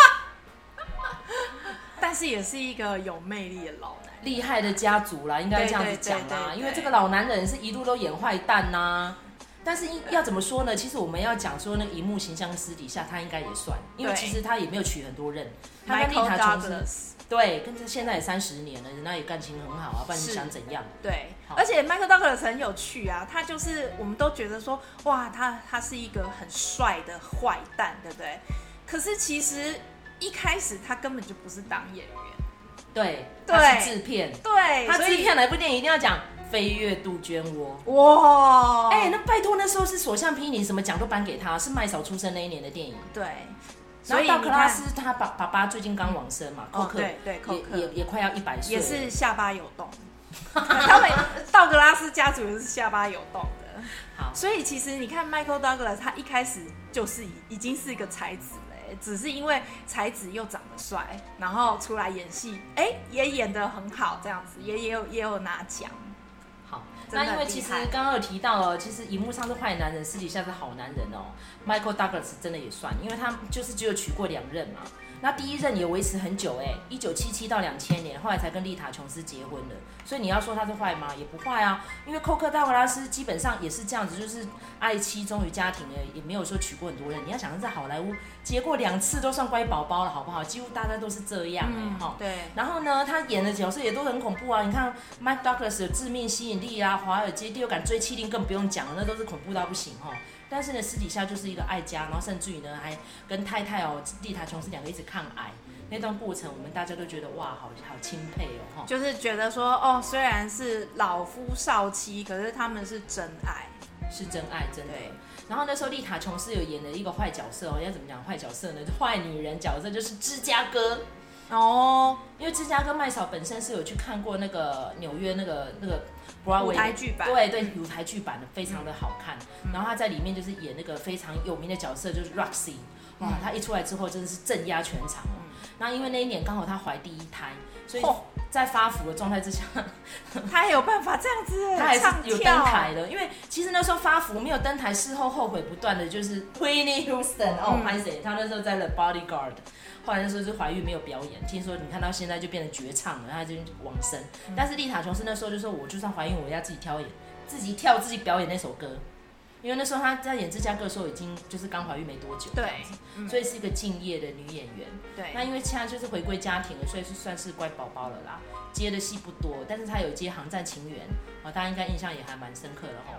但是也是一个有魅力的老男人， 厉害的家族啦，应该这样子讲啦。因为这个老男人是一路都演坏蛋呐。但是要怎么说呢？其实我们要讲说那个荧幕形象私底下他应该也算，因为其实他也没有娶很多任。他跟丽塔琼斯，对，跟他现在也30年了，人家也感情很好啊，不然你想怎样？ 对，而且 Michael Douglas 很有趣啊，他就是我们都觉得说，哇，他是一个很帅的坏蛋，对不对？可是其实一开始他根本就不是当演员， 对，他是制片， 对， 他制片哪部电影一定要讲？飞越杜鹃窝， 哇！ 那拜托，那时候是所向披靡，什么奖都颁给他，是麦嫂出生那一年的电影。 对， 然后道克拉斯他爸爸最近刚往生嘛，寇克， 对，寇克也快要100岁， 也是下巴有洞。他们道格拉斯家族也是下巴有洞的。 好， 所以其实你看 Michael Douglas， 他一开始就是已经是一个才子了，只是因为才子又长得帅，然后出来演戏，也演得很好，这样子也有拿奖。 好，那因为其实刚刚有提到哦，其实荧幕上是坏男人，私底下是好男人哦。Michael Douglas 真的也算，因为他就是只有娶过2任嘛。那第1任也维持很久，1977到2000年，后来才跟丽塔琼斯结婚的。所以你要说他是坏吗？也不坏啊，因为寇克道格拉斯基本上也是这样子，就是爱妻忠于家庭的，也没有说娶过很多人。你要想在好莱坞结过2次都算乖宝宝了，好不好？几乎大家都是这样对。 然后呢，他演的角色也都很恐怖啊。你看 Mike Douglas 有致命吸引力啊，华尔街第6感追妻令更不用讲了，那都是恐怖到不行但是呢，私底下就是一个爱家，然后甚至于呢，还跟太太丽塔琼斯2个一直抗癌。那段过程，我们大家都觉得哇，好钦佩哦， 就是觉得说虽然是老夫少妻，可是他们是真爱， 是真爱，真的。然后那时候丽塔琼斯有演了一个坏角色要怎么讲坏角色呢？坏女人角色就是芝加哥。因为芝加哥麦嫂本身是有去看过那个纽约那个舞台剧版， 对，舞台剧版的非常的好看。然后他在里面就是演那个非常有名的角色，就是 Roxy。哇，他一出来之后真的是镇压全场那因为那一年刚好他怀第1胎，所以在发福的状态之下， 他还有办法这样子， 他还是有登台的。因为其实那时候发福没有登台，事后后悔不断的就是 Whitney Houston 拍谁？他那时候在 The Bodyguard。后来那时候是怀孕没有表演，听说你看到现在就变成绝唱了，他就往生。但是丽塔琼斯那时候就说，我就算怀孕，我要自己跳自己表演那首歌，因为那时候她在演芝加哥的时候已经就是刚怀孕没多久， 对， 所以是一个敬业的女演员。 对， 那因为现在就是回归家庭了，所以是算是乖宝宝了啦。接的戏不多，但是她有接《航站情缘》大家应该印象也还蛮深刻的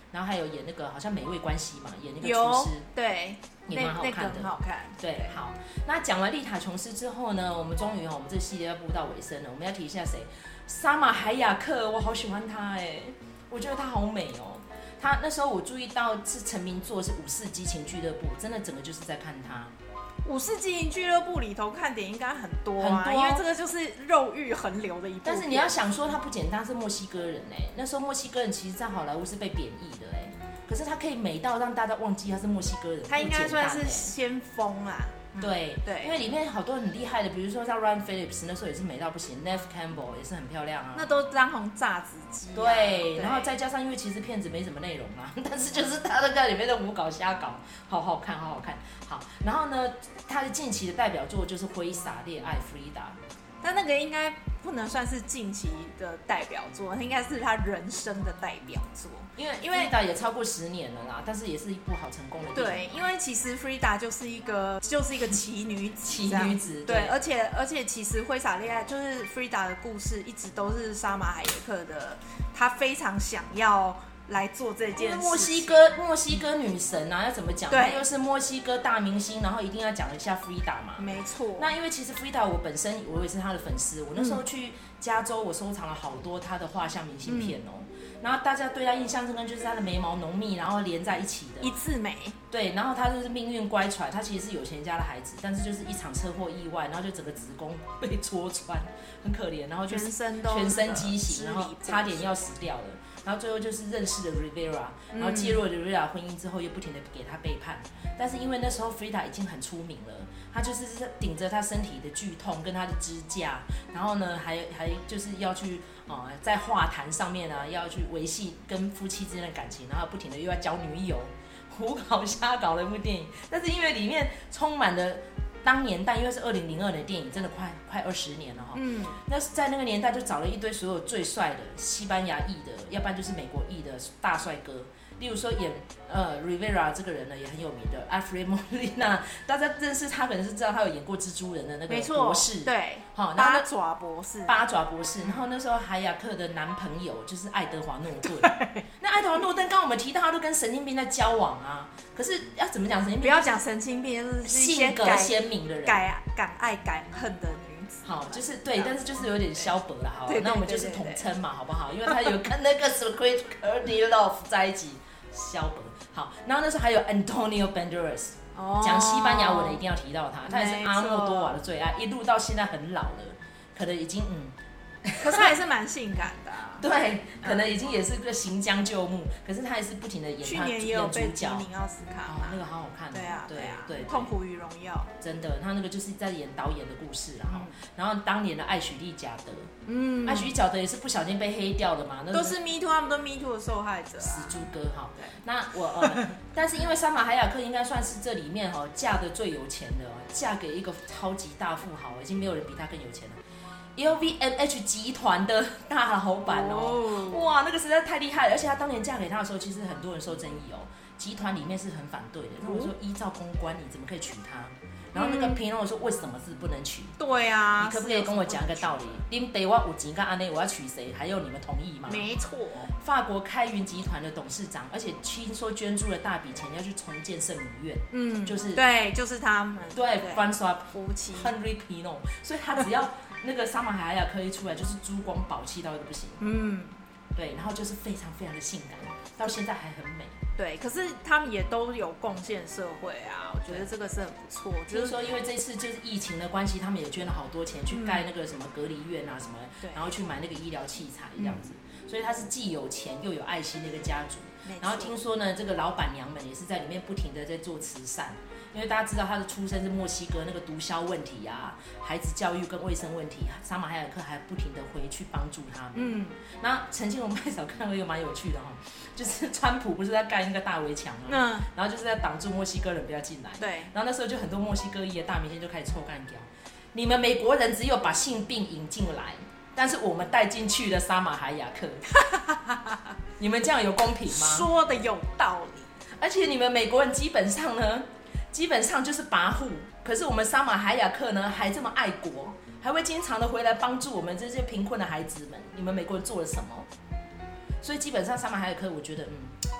然后还有演那个好像美味关系嘛，演那个有厨师， 对， 也蛮好看的， 那个很好看。 对，好，那讲完丽塔琼斯之后呢，我们终于我们这个系列要步到尾声了。我们要提一下谁？莎玛海雅克，我好喜欢她哎，我觉得她好美哦。她那时候我注意到是成名作是《五四激情俱乐部》，真的整个就是在看她。 五四激情俱乐部里头看点应该很多啊， 很多， 因为这个就是肉欲横流的一部。 但是你要想说，他不简单是墨西哥人哎，那时候墨西哥人其实在好莱坞是被贬义的哎，可是他可以美到让大家忘记他是墨西哥人， 他应该算是先锋啦。 对对， 因为里面好多很厉害的，比如说像 Ryan Phillips 那时候也是美到不行 ，Neve Campbell 也是很漂亮啊， 那都当红炸子鸡、啊。 对，然后再加上因为其实片子没什么内容啊，但是就是他那个里面的胡搞瞎搞，好好看，好好看。好，然后呢，他的近期的代表作就是《挥洒恋爱》Frida。 但那个应该不能算是近期的代表作，应该是他人生的代表作。 因为 Frida 也超过10年了啦，但是也是一部好成功的电影。 对，因为其实 Frida 就是一个奇女子， 奇女子。 对，而且其实挥洒恋爱就是 Frida 的故事，一直都是莎玛海耶克的，她非常想要来做这件事。 墨西哥女神啊，要怎么讲？ 对， 她又是墨西哥大明星，然后一定要讲一下 Frida 嘛。 没错。 那因为其实 Frida 我本身我也是她的粉丝，我那时候去加州，我收藏了好多她的画像明信片哦。然后大家对她印象深刻就是她的眉毛浓密，然后连在一起的一字眉。 对，然后她就是命运乖舛，她其实是有钱家的孩子，但是就是一场车祸意外，然后就整个子宫被戳穿，很可怜，然后就是全身畸形，然后差点要死掉了。然后最后就是认识了 Rivera， 然后介入了 Rivera 婚姻之后，又不停的给他背叛。但是因为那时候 Frida 已经很出名了，他就是顶着他身体的剧痛跟他的支架，然后呢还就是要去在画坛上面啊，要去维系跟夫妻之间的感情，然后不停的又要交女友，胡搞瞎搞的一部电影。但是因为里面充满了当年代，因为是2002年的电影，真的快20年了哈。那在那个年代就找了一堆所有最帅的西班牙裔的，要不然就是美国裔的大帅哥。例如说演Rivera 这个人呢也很有名的 Alfred Molina， 大家认识他可能是知道他有演过蜘蛛人的那个博士， 对， 好， 八爪博士。 然后那时候海雅克的男朋友就是爱德华诺顿，那爱德华诺顿刚刚我们提到他都跟神经病在交往啊，可是要怎么讲神经病？ 不要讲神经病，就是性格鲜明的人， 敢爱敢恨的女子。 好，就是对，但是就是有点萧伯了，好，那我们就是统称嘛，好不好？因为他有跟那个什么 Courtney Love 在一起。萧伯好，然后那时候还有 Antonio Banderas， 讲西班牙文的一定要提到他，他也是阿莫多瓦的最爱，一路到现在很老了，可能已经可是他也是蛮性感的、啊。 对，可能已经也是个行将就木，可是他还是不停的演他去年也有被提名奥斯卡嘛， 那个好好看。对， 痛苦与荣耀， 真的，他那个就是在演导演的故事啦。然后当年的艾许莉贾德，艾许莉贾德也是不小心被黑掉的嘛，那都是 Me Too， 他们都 Me Too 的受害者、啊。 死猪哥哈，那但是因为莎玛海雅克应该算是这里面嫁的最有钱的，嫁给一个超级大富豪，已经没有人比他更有钱了。LVMH 集团的大老板哇，那个实在太厉害了！而且她当年嫁给他的时候，其实很多人受争议集团里面是很反对的。他们说依照公关，你怎么可以娶她？然后那个评论说为什么是不能娶？ 对啊， 你可不可以跟我讲一个道理？你得我有钱跟安内，我要娶谁？还有你们同意吗？ 没错。 法国开云集团的董事长，而且听说捐助了大笔钱要去重建圣母院。就是对，就是他们对 François 夫妻 Henri Pinault， 所以他只要那个莎玛海雅克一出来就是珠光宝气到一个不行。对，然后就是非常非常的性感，到现在还很美。 对，可是他们也都有贡献社会啊，我觉得这个是很不错。 就是说，因为这次就是疫情的关系，他们也捐了好多钱去盖那个什么隔离院啊什么，然后去买那个医疗器材这样子。所以他是既有钱又有爱心的一个家族。然后听说呢，这个老板娘们也是在里面不停的在做慈善。因为大家知道他的出身是墨西哥，那个毒枭问题啊，孩子教育跟卫生问题，莎玛海雅克还不停的回去帮助他们。那曾经我们太少看过一个蛮有趣的就是川普不是在盖那个大围墙吗？然后就是在挡住墨西哥人不要进来。 对。 然后那时候就很多墨西哥裔的大明星就开始臭干掉，你们美国人只有把性病引进来，但是我们带进去了莎玛海雅克，你们这样有公平吗？ 说的有道理。 而且你们美国人基本上就是跋扈，可是我们莎玛海雅克呢还这么爱国，还会经常的回来帮助我们这些贫困的孩子们。你们美国人做了什么？所以基本上莎玛海雅克，我觉得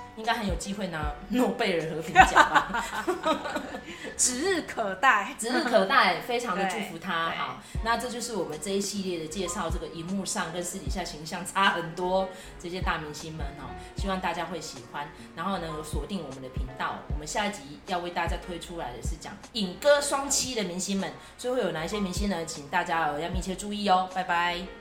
应该很有机会拿诺贝尔和平奖吧。 指日可待， 指日可待，非常的祝福他。 对好，那这就是我们这一系列的介绍，这个荧幕上跟私底下形象差很多这些大明星们哦，希望大家会喜欢。然后呢，锁定我们的频道，我们下一集要为大家推出来的是讲影歌双栖的明星们，所以会有哪一些明星呢？请大家要密切注意哦，拜拜。